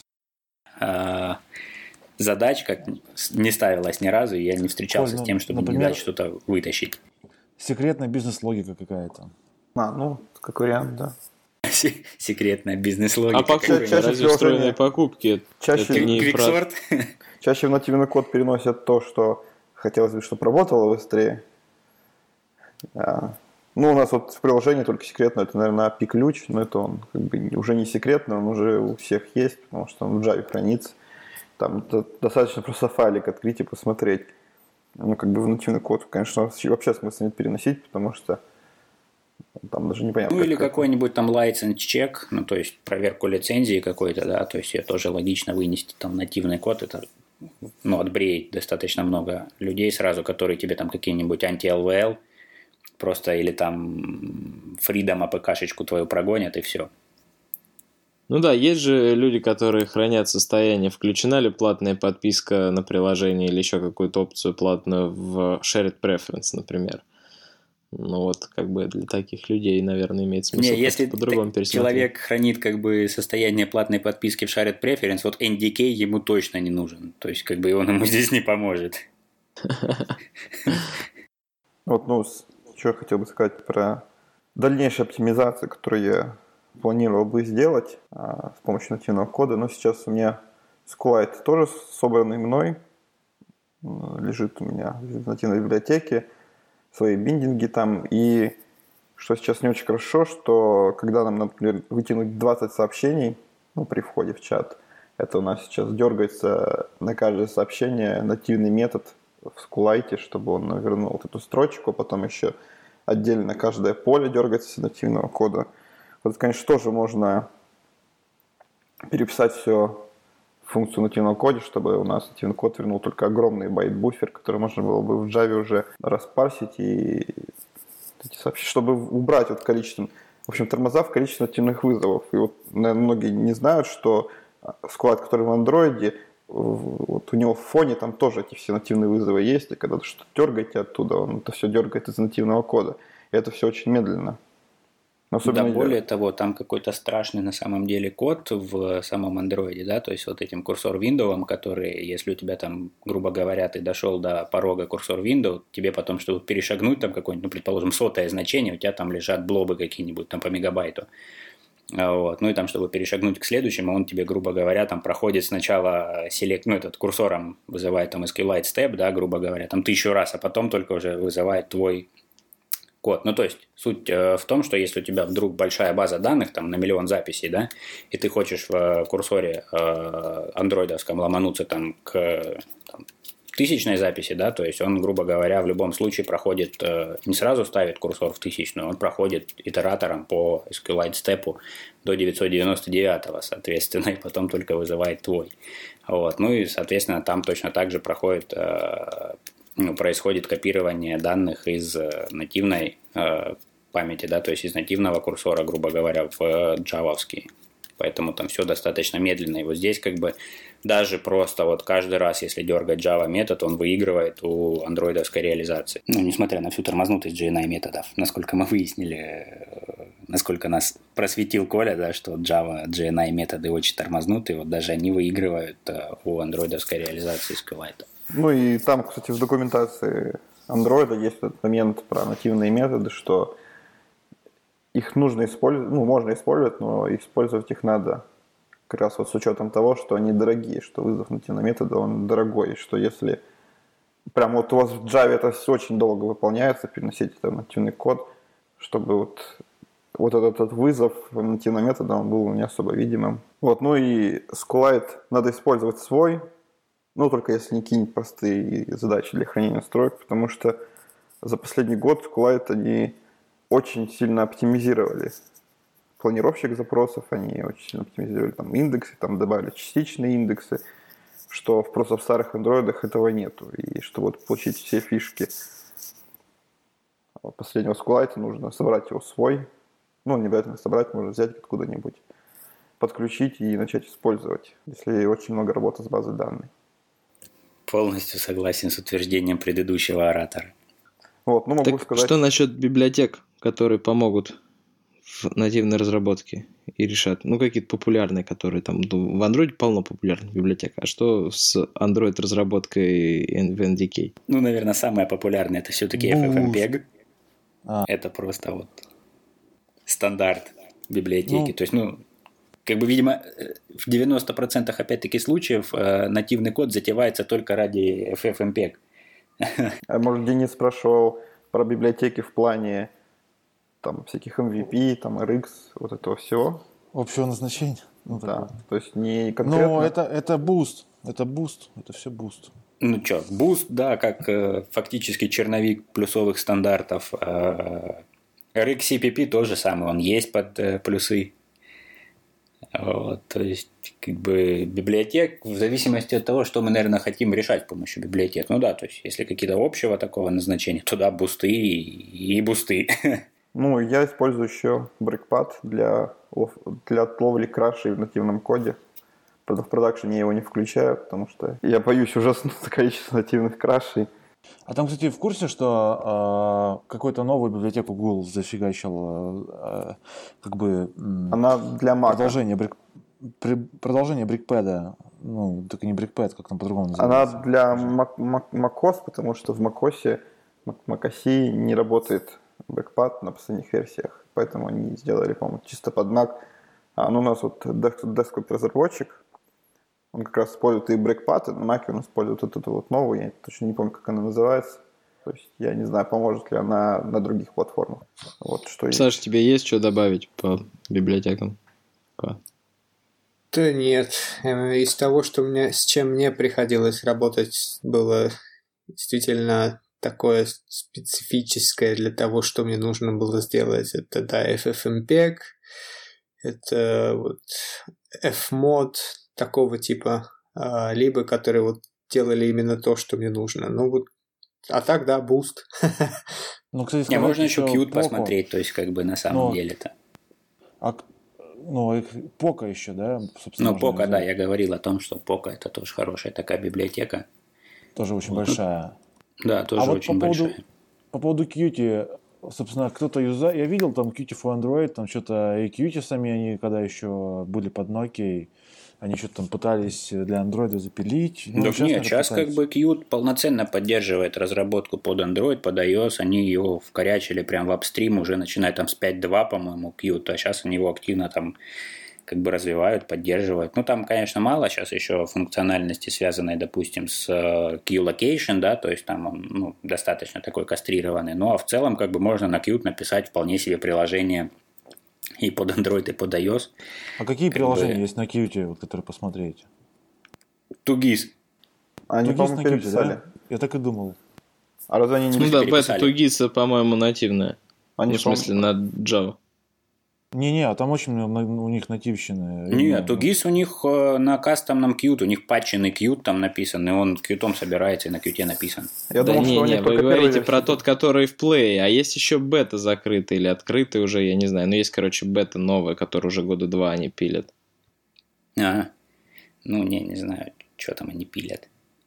задач как не ставилось ни разу, и я не встречался с тем, чтобы, например, не дать что-то вытащить. Секретная бизнес-логика какая-то. Ну, как вариант, да. Секретная бизнес-логика. А покупки, разве встроенные покупки? Чаще это не Quicksort? Чаще в нативный код переносят то, что хотелось бы, чтобы работало быстрее. Ну, у нас вот в приложении только секретно, это, наверное, API-ключ, но это он как бы уже не секретный, он уже у всех есть, потому что он в Java хранится. Там достаточно просто файлик открыть и посмотреть. Ну, как бы в нативный код, конечно, вообще смысла нет переносить, потому что там даже непонятно. Ну, или какой-нибудь там license check, ну, то есть проверку лицензии какой-то, да, то есть ее тоже логично вынести там нативный код, это, ну, отбреет достаточно много людей сразу, которые тебе там какие-нибудь анти-LVL просто или там Freedom APK-шечку твою прогонят и все. Ну да, есть же люди, которые хранят состояние, включена ли платная подписка на приложение или еще какую-то опцию платную в Shared Preference, например. Ну вот, как бы для таких людей, наверное, имеет смысл если по-другому пересмотреть. Человек хранит как бы состояние платной подписки в Shared Preference, вот NDK ему точно не нужен. То есть, как бы он ему здесь не поможет. Вот, ну, что я хотел бы сказать про дальнейшую оптимизацию, которую я планировал бы сделать с помощью нативного кода. Но сейчас у меня SQLite тоже собранный мной, лежит у меня в нативной библиотеке, свои биндинги там. И что сейчас не очень хорошо, что когда нам, например, вытянуть 20 сообщений, ну, при входе в чат, это у нас сейчас дергается на каждое сообщение нативный метод в SQLite, чтобы он вернул вот эту строчку, потом еще отдельно каждое поле дергается с нативного кода. Вот, конечно, тоже можно переписать все в функцию нативного кода, чтобы у нас нативный код вернул только огромный байт-буфер, который можно было бы в Java уже распарсить и эти сообщения, чтобы убрать вот количество, в общем, тормоза в количестве нативных вызовов. И вот, наверное, многие не знают, что SQLite, который в Android, вот у него в фоне там тоже эти все нативные вызовы есть, и когда вы что-то дергаете оттуда, он это все дергает из нативного кода. И это все очень медленно. Да, более того, там какой-то страшный на самом деле код в самом андроиде, да, то есть вот этим курсор Windows, который, если у тебя там, грубо говоря, ты дошел до порога курсор Windows, тебе потом, чтобы перешагнуть там какое-нибудь, ну, предположим, 100-е значение, у тебя там лежат блобы какие-нибудь там по мегабайту. Вот. Ну и там, чтобы перешагнуть к следующему, он тебе, грубо говоря, там проходит сначала селект, ну, этот курсором вызывает там SQLite step, да, грубо говоря, там 1000 раз, а потом только уже вызывает твой код. Ну, то есть, суть в том, что если у тебя вдруг большая база данных, там, на миллион записей, да, и ты хочешь в курсоре андроидовском ломануться там к там, 1000-й записи, да, то есть он, грубо говоря, в любом случае проходит, не сразу ставит курсор в 1000-ю, он проходит итератором по SQLite степу до 999-го, соответственно, и потом только вызывает твой. Вот. Ну и, соответственно, там точно так же проходит, происходит копирование данных из нативной памяти, да, то есть из нативного курсора, грубо говоря, в джавовский. Поэтому там все достаточно медленно. И вот здесь как бы даже просто вот каждый раз, если дергать Java метод, он выигрывает у андроидовской реализации. Ну, несмотря на всю тормознутость JNI методов, насколько мы выяснили, насколько нас просветил Коля, да, что Java JNI методы очень тормознутые, вот даже они выигрывают у андроидовской реализации SQLite. Ну и там, кстати, в документации Android есть этот момент про нативные методы, что их нужно использовать, ну, можно использовать, но использовать их надо как раз вот с учетом того, что они дорогие, что вызов нативного метода, он дорогой, что если прям вот у вас в Java это все очень долго выполняется, переносить это в нативный код, чтобы вот этот вызов нативного метода, он был не особо видимым. Вот, ну и SQLite надо использовать свой, ну, только если не кинуть простые задачи для хранения строек, потому что за последний год SQLite они очень сильно оптимизировали планировщик запросов, они очень сильно оптимизировали там индексы, там добавили частичные индексы, что просто в старых андроидах этого нету. И чтобы вот получить все фишки последнего SQLite, нужно собрать его свой. Ну, не обязательно собрать, можно взять откуда-нибудь, подключить и начать использовать, если очень много работы с базой данных. Полностью согласен с утверждением предыдущего оратора. Вот, ну, могу сказать... Что насчет библиотек, которые помогут в нативной разработке и решат? Ну, какие-то популярные, которые там... В Android полно популярных библиотек. А что с Android-разработкой в NDK? Ну, наверное, самая популярная это все-таки FFmpeg. Это просто вот стандарт библиотеки. То есть, ну, как бы, видимо, в 90% опять-таки случаев нативный код затевается только ради FFmpeg. А может, Денис спрашивал про библиотеки в плане там всяких MVP, там RX, вот этого всего? Общего назначения? Ну, да, то есть не конкретно... Ну, это Boost, это все Boost. Ну что, Boost, да, как фактически черновик плюсовых стандартов. RX CPP тоже самый, он есть под плюсы. Вот, то есть, как бы, библиотек, в зависимости от того, что мы, наверное, хотим решать с помощью библиотек. Ну да, то есть, если какие-то общего такого назначения, то да, бусты и бусты. Ну, я использую еще Breakpad для отловли крашей в нативном коде. Правда, в продакшене я его не включаю, потому что я боюсь ужасного количества нативных крашей. А там, кстати, в курсе, что какую-то новую библиотеку Google зафигачил, как бы... Она для Mac. Продолжение BrickPad. Ну, только не BrickPad, как там по-другому называется. Она для macOS, потому что в macOS не работает BrickPad на последних версиях. Поэтому они сделали, по-моему, чисто под Mac. А у нас вот десктоп-разработчик, он как раз использует и BrickPad, и на Mac он использует вот эту вот новую, я точно не помню, как она называется. То есть я не знаю, поможет ли она на других платформах. Вот что Саш, тебе есть что добавить по библиотекам? Да нет. Из того, что с чем мне приходилось работать, было действительно такое специфическое для того, что мне нужно было сделать. Это, да, FFmpeg, это вот Fmod такого типа, либо которые вот делали именно то, что мне нужно. Ну вот, а так, да, Boost. Ну, кстати, не, можно еще Qt посмотреть, то есть как бы на самом деле-то. Ну, Poco еще, да? Ну, Poco, да, я говорил о том, что Poco это тоже хорошая такая библиотека. Тоже очень большая. Да, тоже очень большая. По поводу Qt, собственно, кто-то юзает... Я видел там Qt for Android, там что-то и Qt сами, они когда еще были под Nokia, они что-то там пытались для Android запилить. Ну, нет, сейчас как бы Qt полноценно поддерживает разработку под Android, под iOS. Они его вкорячили прям в апстрим, уже начиная там с 5.2, по-моему, Qt, а сейчас они его активно там как бы развивают, поддерживают. Ну, там, конечно, мало сейчас еще функциональности, связанной, допустим, с Q-Location, да, то есть там он, ну, достаточно такой кастрированный. Ну, а в целом как бы можно на Qt написать вполне себе приложение и под Android, и под iOS. А какие приложения есть на Qt, вот, которые посмотреть? Тугис. Они, по-моему, переписали. Да? Я так и думал. А разве они не переписали? Да, Тугиса, по-моему, нативная. Они, в смысле, на Java. Не-не, а там очень у них нативщины. Нет, Тугис у них на кастомном Qt, у них патченный Qt там написан, и он Qt собирается и на Qt написан. Я думал, что вы говорите про тот, который в Play, а есть еще бета закрытый или открытый уже, я не знаю. Но есть, короче, бета новая, которую уже года 2 они пилят. Ага. Ну, не знаю, что там они пилят.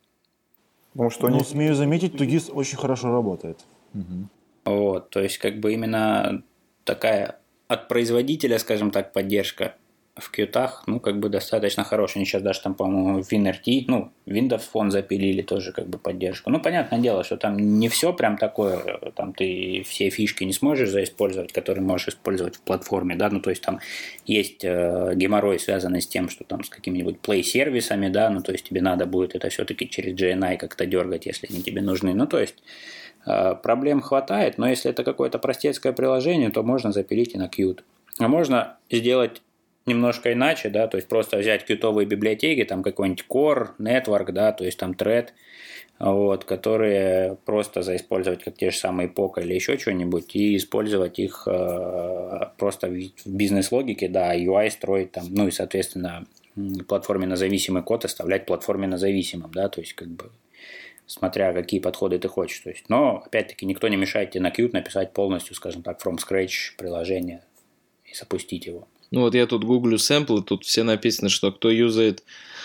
Потому что они... смею заметить, Тугис очень хорошо работает. Угу. Вот, то есть, как бы именно такая... От производителя, скажем так, поддержка в Qt, ну, как бы достаточно хорошая. Они сейчас даже там, по-моему, WinRT, ну, Windows Phone запилили тоже как бы поддержку. Ну, понятное дело, что там не все прям такое, там ты все фишки не сможешь заиспользовать, которые можешь использовать в платформе, да, ну, то есть там есть геморрой, связанный с тем, что там с какими-нибудь Play-сервисами, да, ну, то есть тебе надо будет это все-таки через JNI как-то дергать, если они тебе нужны. Ну, то есть проблем хватает, но если это какое-то простецкое приложение, то можно запилить и на Qt. А можно сделать немножко иначе, да, то есть просто взять qt-овые библиотеки, там какой-нибудь Core, Network, да, то есть там Thread, вот, которые просто заиспользовать как те же самые Poco или еще что-нибудь и использовать их просто в бизнес-логике, да, UI строить там, ну и, соответственно, платформенно-зависимый код оставлять платформенно-зависимым, да, то есть как бы смотря какие подходы ты хочешь. То есть, но, опять-таки, никто не мешает тебе на Qt написать полностью, скажем так, from scratch приложение и запустить его. Ну вот я тут гуглю сэмплы, тут все написано, что кто юзает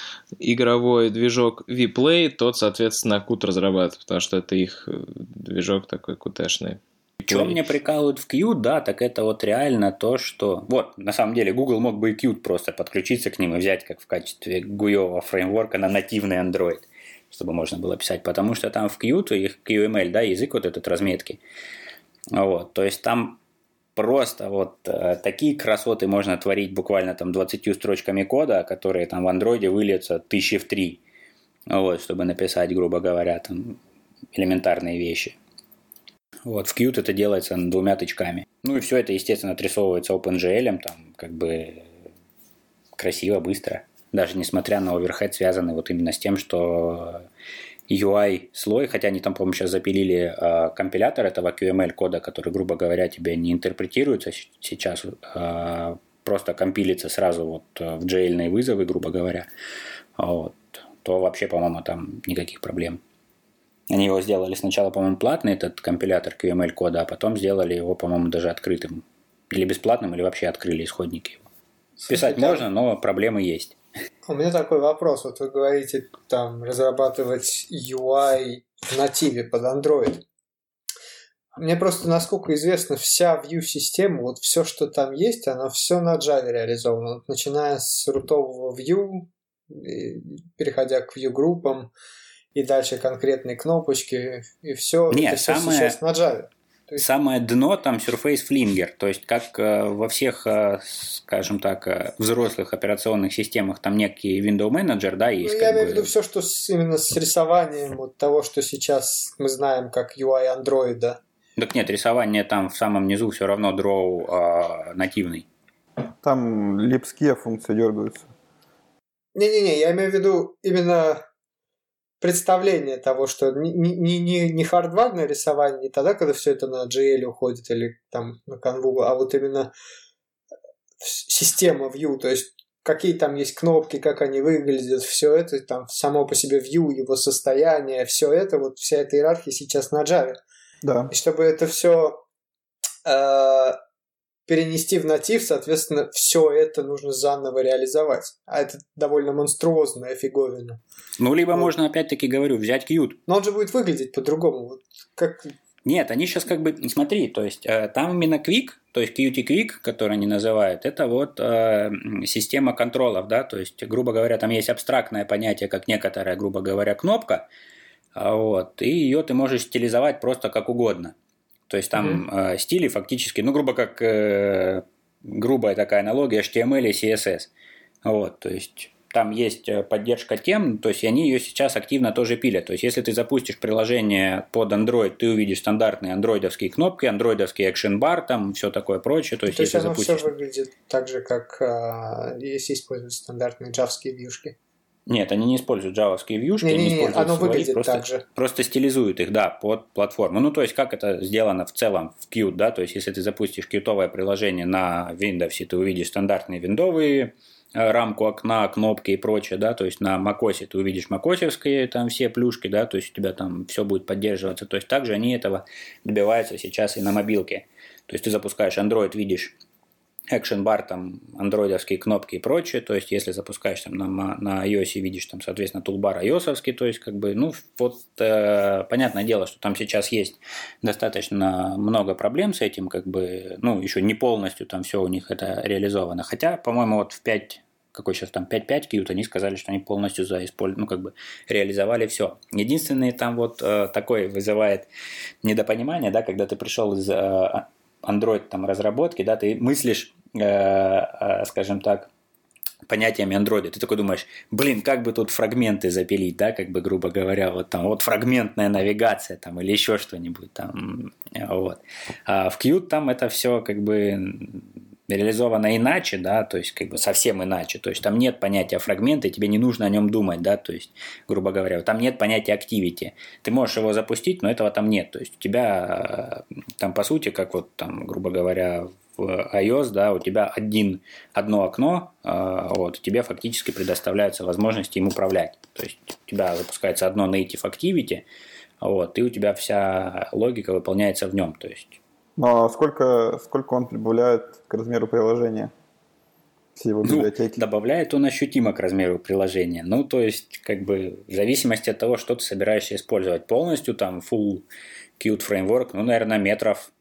игровой движок vPlay, тот, соответственно, Qt разрабатывает, потому что это их движок такой qt-шный. Что меня прикалывает в Qt, да, так это вот реально то, что... Вот, на самом деле, Google мог бы и Qt просто подключиться к ним и взять как в качестве GUI-ового фреймворка на нативный Android, чтобы можно было писать, потому что там в Qt, их QML, да, язык вот этот разметки, вот, то есть там просто вот такие красоты можно творить буквально там 20 строчками кода, которые там в Android выльются 1000 в 3, вот, чтобы написать, грубо говоря, там элементарные вещи. Вот, в Qt это делается 2 тычками. Ну и все это, естественно, отрисовывается OpenGL, там как бы красиво, быстро. Даже несмотря на оверхед, связанный вот именно с тем, что UI-слой, хотя они там, по-моему, сейчас запилили компилятор этого QML-кода, который, грубо говоря, тебе не интерпретируется сейчас, просто компилится сразу вот в JL-ные вызовы, грубо говоря, вот, то вообще, по-моему, там никаких проблем. Они его сделали сначала, по-моему, платный, этот компилятор QML-кода, а потом сделали его, по-моему, даже открытым. Или бесплатным, или вообще открыли исходники. Писать можно, но проблемы есть. У меня такой вопрос. Вот вы говорите, там, разрабатывать UI в нативе под Android. Мне просто, насколько известно, вся Vue-система, вот все, что там есть, оно все на Java реализовано. Вот, начиная с рутового Vue, переходя к Vue-группам, и дальше конкретные кнопочки, и все, Нет, это все сейчас на Java. Самое дно там Surface Flinger, то есть как во всех, скажем так, взрослых операционных системах там некий Window Manager, да, есть. Я имею в виду все, что именно с рисованием вот того, что сейчас мы знаем как UI Android, да. Так нет, рисование там в самом низу все равно Draw нативный. Там липские функции дергаются. Не-не-не, я имею в виду именно представление того, что не хардварное рисование, не тогда, когда все это на GL уходит или там на Canva, а вот именно система Vue, то есть какие там есть кнопки, как они выглядят, все это там само по себе Vue, его состояние, все это, вот вся эта иерархия сейчас на Java. Да. И чтобы это все перенести в натив, соответственно, все это нужно заново реализовать. А это довольно монструозная фиговина. Ну, либо можно, опять-таки говорю, взять Qt. Но он же будет выглядеть по-другому. Вот как... Нет, они сейчас как бы, смотри, то есть там именно Quick, то есть Qt Quick, который они называют, это вот система контролов, да, то есть, грубо говоря, там есть абстрактное понятие, как некоторая, грубо говоря, кнопка, вот, и ее ты можешь стилизовать просто как угодно. То есть там стили фактически, ну, грубо как грубая такая аналогия HTML и CSS. Вот, то есть там есть поддержка тем, то есть они ее сейчас активно тоже пилят. То есть если ты запустишь приложение под Android, ты увидишь стандартные андроидовские кнопки, андроидовский action bar, там все такое прочее. То есть, если оно запустишь... все выглядит так же, как если использовать стандартные джавские вьюшки. Нет, они не используют джавовские вьюшки, они используют оно свои, выглядит так же. Просто стилизуют их, да, под платформу. Ну, то есть, как это сделано в целом в Qt, да, то есть, если ты запустишь qt-овое приложение на Windows, ты увидишь стандартные виндовые рамку окна, кнопки и прочее, да, то есть, на macOS ты увидишь macOS-овские там все плюшки, да, то есть, у тебя там все будет поддерживаться. То есть, также они этого добиваются сейчас и на мобилке. То есть, ты запускаешь Android, видишь Action Bar, там, андроидовские кнопки и прочее, то есть, если запускаешь там на iOS, видишь там, соответственно, тулбар iOS-овский, то есть, как бы, ну, вот, понятное дело, что там сейчас есть достаточно много проблем с этим, как бы, ну, еще не полностью там все у них это реализовано, хотя, по-моему, вот в 5, какой сейчас там, 5.5 Qt, они сказали, что они полностью ну, как бы, реализовали все. Единственное, там вот такое вызывает недопонимание, да, когда ты пришел из Android там разработки, да, ты мыслишь, скажем так, понятиями Android. Ты такой думаешь, блин, как бы тут фрагменты запилить, да, как бы, грубо говоря, вот там, вот фрагментная навигация там или еще что-нибудь там, вот. А в Qt там это все как бы реализовано иначе, да, то есть как бы совсем иначе, то есть там нет понятия фрагмента, и тебе не нужно о нем думать, да, то есть, грубо говоря, там нет понятия activity, ты можешь его запустить, но этого там нет, то есть у тебя там по сути, как вот там, грубо говоря, в iOS, да, у тебя одно окно, вот, тебе фактически предоставляются возможности им управлять, то есть у тебя запускается одно native activity, вот, и у тебя вся логика выполняется в нем, то есть. Ну, а сколько он прибавляет к размеру приложения? Все его библиотеки. Ну, добавляет он ощутимо к размеру приложения. Ну, то есть, как бы, в зависимости от того, что ты собираешься использовать. Полностью там full Qt фреймворк, ну, наверное, метров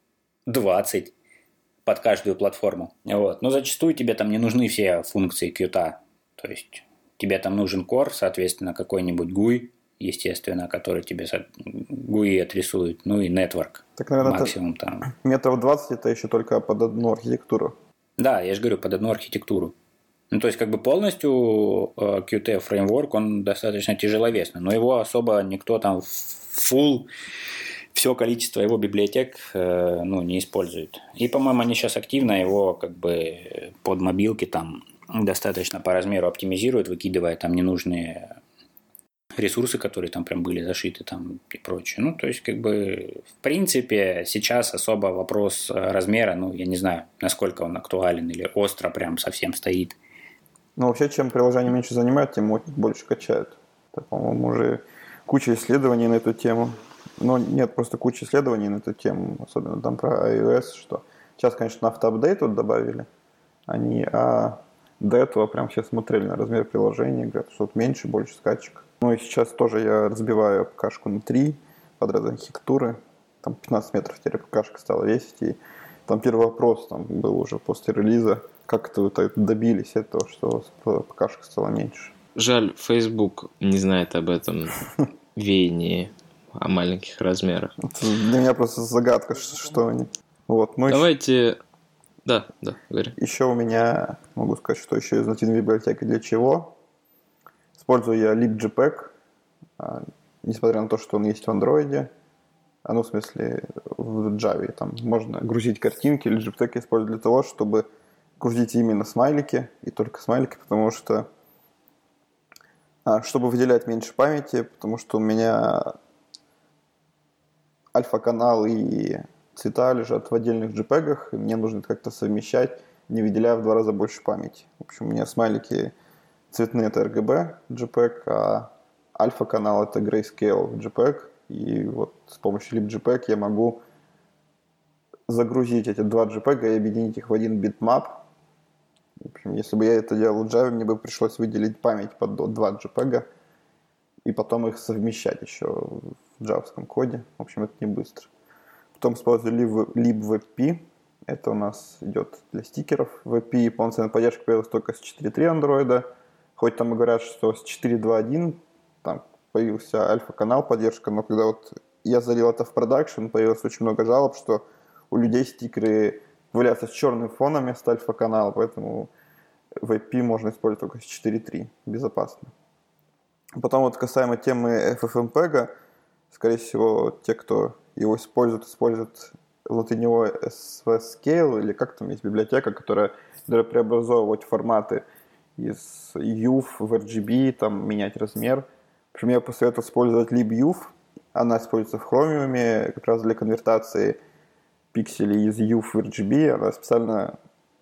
20 под каждую платформу. Вот. Но зачастую тебе там не нужны все функции Qt. То есть, тебе там нужен core, соответственно, какой-нибудь GUI, естественно, который тебе GUI отрисует, ну и network. Так, наверное, максимум там. Метров 20 это еще только под одну архитектуру. Да, я же говорю, под одну архитектуру. Ну, то есть, как бы полностью Qt фреймворк, он достаточно тяжеловесный, но его особо никто там full, все количество его библиотек, ну, не использует. И, по-моему, они сейчас активно его, как бы, под мобилки там достаточно по размеру оптимизируют, выкидывая там ненужные ресурсы, которые там прям были зашиты там и прочее. Ну, то есть, как бы, в принципе, сейчас особо вопрос размера, ну, я не знаю, насколько он актуален или остро прям совсем стоит. Ну, вообще, чем приложение меньше занимает, тем больше качают. Это, по-моему, уже куча исследований на эту тему. Но нет, просто куча исследований на эту тему, особенно там про iOS, что сейчас, конечно, автоапдейт вот добавили, а до этого прям все смотрели на размер приложения, говорят, что вот меньше, больше скачек. Ну и сейчас тоже я разбиваю кашку на 3, квадроархитектуры. Там 15 метров теперь ПКшка стала весить. И там первый вопрос там был уже после релиза. Как это вы добились этого, что ПКшка стала меньше? Жаль, Facebook не знает об этом веянии о маленьких размерах. Это для меня просто загадка, что они. Вот, давайте... Да, говори. Еще у меня, могу сказать, что еще из нативной библиотеки для чего. Использую я libjpeg, несмотря на то, что он есть в Android. В смысле, в Java. Там можно грузить картинки. libjpeg я использую для того, чтобы грузить именно смайлики, и только смайлики, потому что чтобы выделять меньше памяти, потому что у меня альфа-канал и цвета лежат в отдельных JPEG, и мне нужно как-то совмещать, не выделяя в 2 раза больше памяти. В общем, у меня смайлики цветные — это RGB JPEG, а альфа-канал — это Grayscale JPEG. И вот с помощью libjpeg я могу загрузить эти 2 JPEG и объединить их в один bitmap. В общем, если бы я это делал в Java, мне бы пришлось выделить память под 2 JPEG и потом их совмещать еще в джавском коде. В общем, это не быстро. Потом использую libwebp. Это у нас идет для стикеров. WebP полноценная поддержка появилась только с 4.3 Android. Хоть там и говорят, что с 4.2.1 там появился альфа-канал поддержка, но когда вот я залил это в продакшн, появилось очень много жалоб, что у людей стикеры появляются с черным фоном вместо альфа-канала, поэтому WebP можно использовать только с 4.3, безопасно. Потом вот касаемо темы FFmpeg, скорее всего, те, кто его используют внутри него svscale, или как там есть библиотека, которая преобразовывать форматы из UV в RGB, там менять размер. В общем, я посоветую использовать libuv. Она используется в Chromium как раз для конвертации пикселей из UV в RGB. Она специально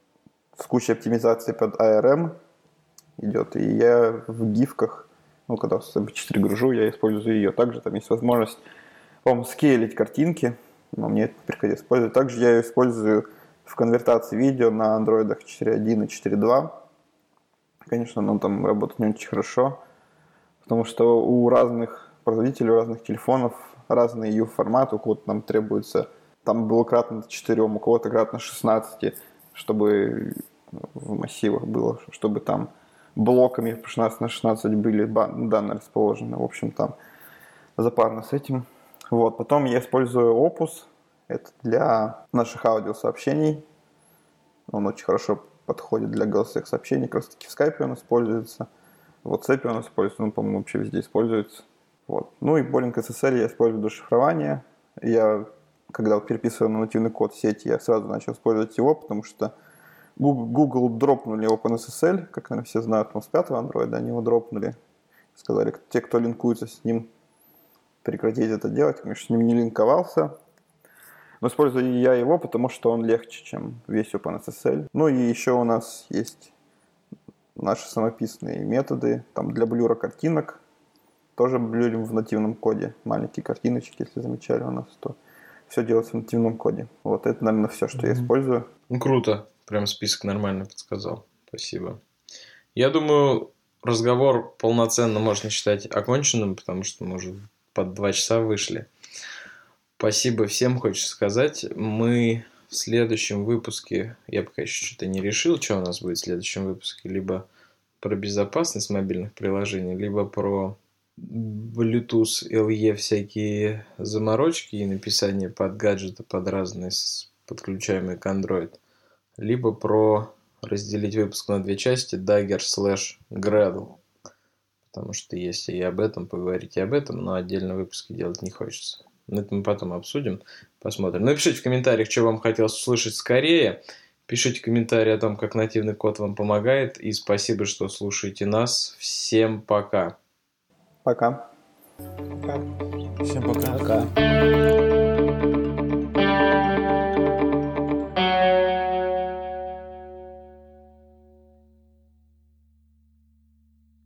с кучей оптимизации под ARM идет. И я в гифках, когда с MP4 гружу, я использую ее. Также там есть возможность, по-моему, скейлить картинки, но мне это приходится использовать. Также я ее использую в конвертации видео на Android 4.1 и 4.2. Конечно, оно там работает не очень хорошо, потому что у разных производителей, у разных телефонов разные UV-форматы. У кого-то нам требуется, там было кратно 4, у кого-то кратно 16, чтобы в массивах было, чтобы там блоками 16 на 16 были данные расположены. В общем, там запарно с этим. Вот. Потом я использую Opus. Это для наших аудиосообщений. Он очень хорошо подходит для голосовых сообщений. Как раз таки в Skype он используется. В WhatsApp он используется. По-моему, вообще везде используется. Вот. И Bolink SSL я использую для шифрования. Я, когда переписываю на нативный код в сети, я сразу начал использовать его, потому что Google дропнули OpenSSL, как, наверное, все знают, с 5 Android они его дропнули. Сказали, те, кто линкуется с ним, прекратить это делать. Конечно, с ним не линковался. Но использую я его, потому что он легче, чем весь OpenSSL. И еще у нас есть наши самописные методы там для блюра картинок. Тоже блюрим в нативном коде. Маленькие картиночки, если замечали у нас, то все делается в нативном коде. Вот это, наверное, все, что я использую. Круто. Прям список нормально подсказал. Спасибо. Я думаю, разговор полноценно можно считать оконченным, потому что мы уже под 2 часа вышли. Спасибо всем, хочется сказать. Мы в следующем выпуске, я пока еще что-то не решил, что у нас будет в следующем выпуске, либо про безопасность мобильных приложений, либо про Bluetooth, LE всякие заморочки и написание под гаджеты, под разные подключаемые к Android, либо про разделить выпуск на 2 части Dagger/Gradle, потому что если и об этом поговорить, и об этом, но отдельно выпуски делать не хочется. Это мы потом обсудим, посмотрим. Напишите в комментариях, что вам хотелось услышать скорее. Пишите комментарии о том, как нативный код вам помогает. И спасибо, что слушаете нас. Всем пока. Пока. Всем пока. Пока.